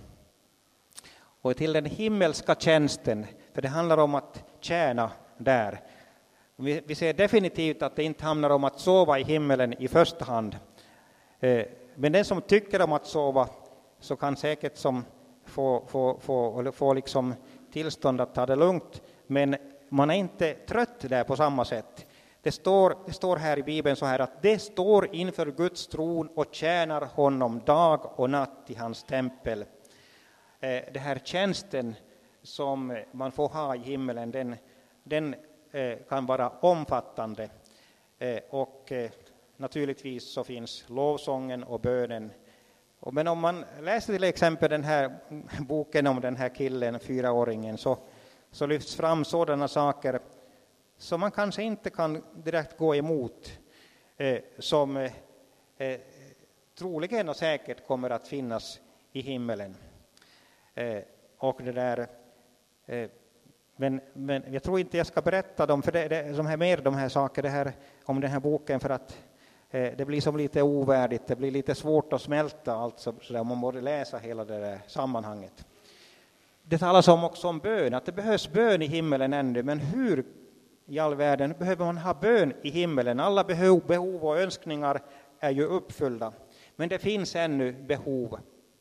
Och till den himmelska tjänsten, för det handlar om att tjäna där. Vi, vi ser definitivt att det inte handlar om att sova i himmelen i första hand. Eh, men den som tycker om att sova så kan säkert som få, få, få, eller få liksom tillstånd att ta det lugnt. Men man är inte trött där på samma sätt. Det står, det står här i Bibeln så här att det står inför Guds tron och tjänar honom dag och natt i hans tempel. Eh, det här tjänsten som man får ha i himmelen, den, den eh, kan vara omfattande. Eh, och eh, naturligtvis så finns lovsången och bönen. Och men om man läser till exempel den här boken om den här killen, fyraåringen, så, så lyfts fram sådana saker som man kanske inte kan direkt gå emot, eh, som eh, eh, troligen och säkert kommer att finnas i himmelen. Eh, och det där, eh, men, men jag tror inte jag ska berätta dem, för det, det som är mer de här saker, det här, om den här boken, för att eh, det blir som lite ovärdigt, det blir lite svårt att smälta allt så, så där, man borde läsa hela det där sammanhanget. Det talas om också om bön, att det behövs bön i himmelen ännu, men hur i all världen behöver man ha bön i himmelen? Alla behov, behov och önskningar är ju uppfyllda, men det finns ännu behov.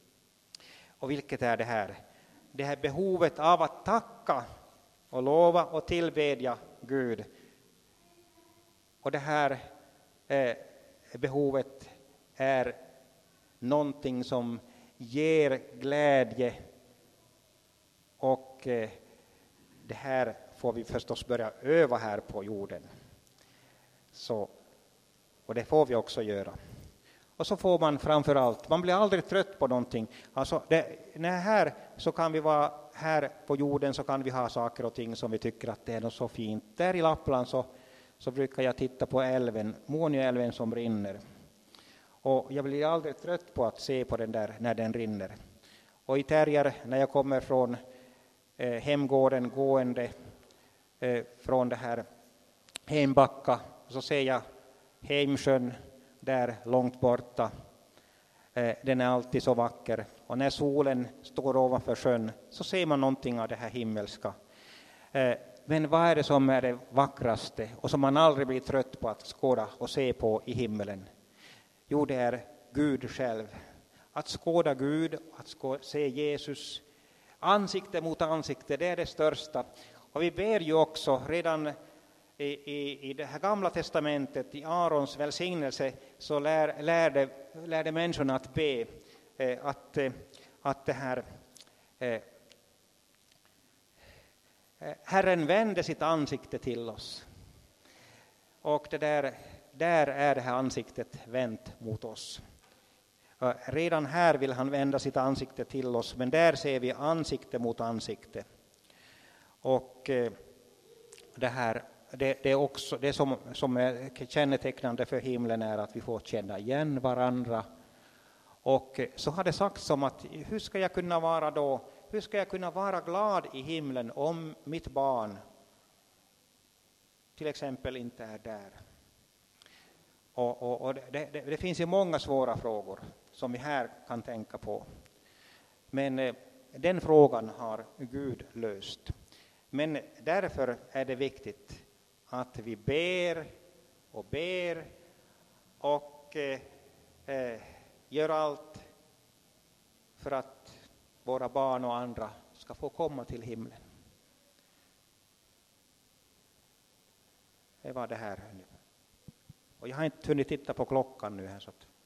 Och vilket är det här? Det här behovet av att tacka och lova och tillbedja Gud. Och det här eh, behovet är någonting som ger glädje. Och eh, det här får vi förstås börja öva här på jorden. Så, och det får vi också göra. Och så får man framför allt, man blir aldrig trött på någonting. Alltså det, när här så kan vi vara här på jorden, så kan vi ha saker och ting som vi tycker att det är något så fint. Där i Lappland så, så brukar jag titta på älven, Muonioälven som rinner. Och jag blir aldrig trött på att se på den där när den rinner. Och i Terjer, när jag kommer från eh, hemgården gående eh, från det här Hembacka, så ser jag Heimsjön där långt borta. Eh, den är alltid så vacker. Och när solen står ovanför sjön så ser man någonting av det här himmelska. Eh, men vad är det som är det vackraste och som man aldrig blir trött på att skåda och se på i himmelen? Jo, det är Gud själv. Att skåda Gud, att skåda, se Jesus ansikte mot ansikte, det är det största. Och vi ber ju också redan i, i, i det här gamla testamentet, i Arons välsignelse, så lär, lärde, lärde människorna att be eh, att, eh, att det här eh, Herren vände sitt ansikte till oss. Och det där, där är det här ansiktet vänt mot oss. Redan här vill han vända sitt ansikte till oss, men där ser vi ansikte mot ansikte. Och eh, det här, det, det är också det som, som är kännetecknande för himlen är att vi får känna igen varandra. Och eh, så har det sagts om att hur ska jag kunna vara då, hur ska jag kunna vara glad i himlen om mitt barn till exempel inte är där? Och, och, och det, det, det finns ju många svåra frågor som vi här kan tänka på. Men eh, den frågan har Gud löst. Men därför är det viktigt att vi ber och ber och eh, eh, gör allt för att våra barn och andra ska få komma till himlen. Det var det här nu. Och jag har inte hunnit titta på klockan nu här så att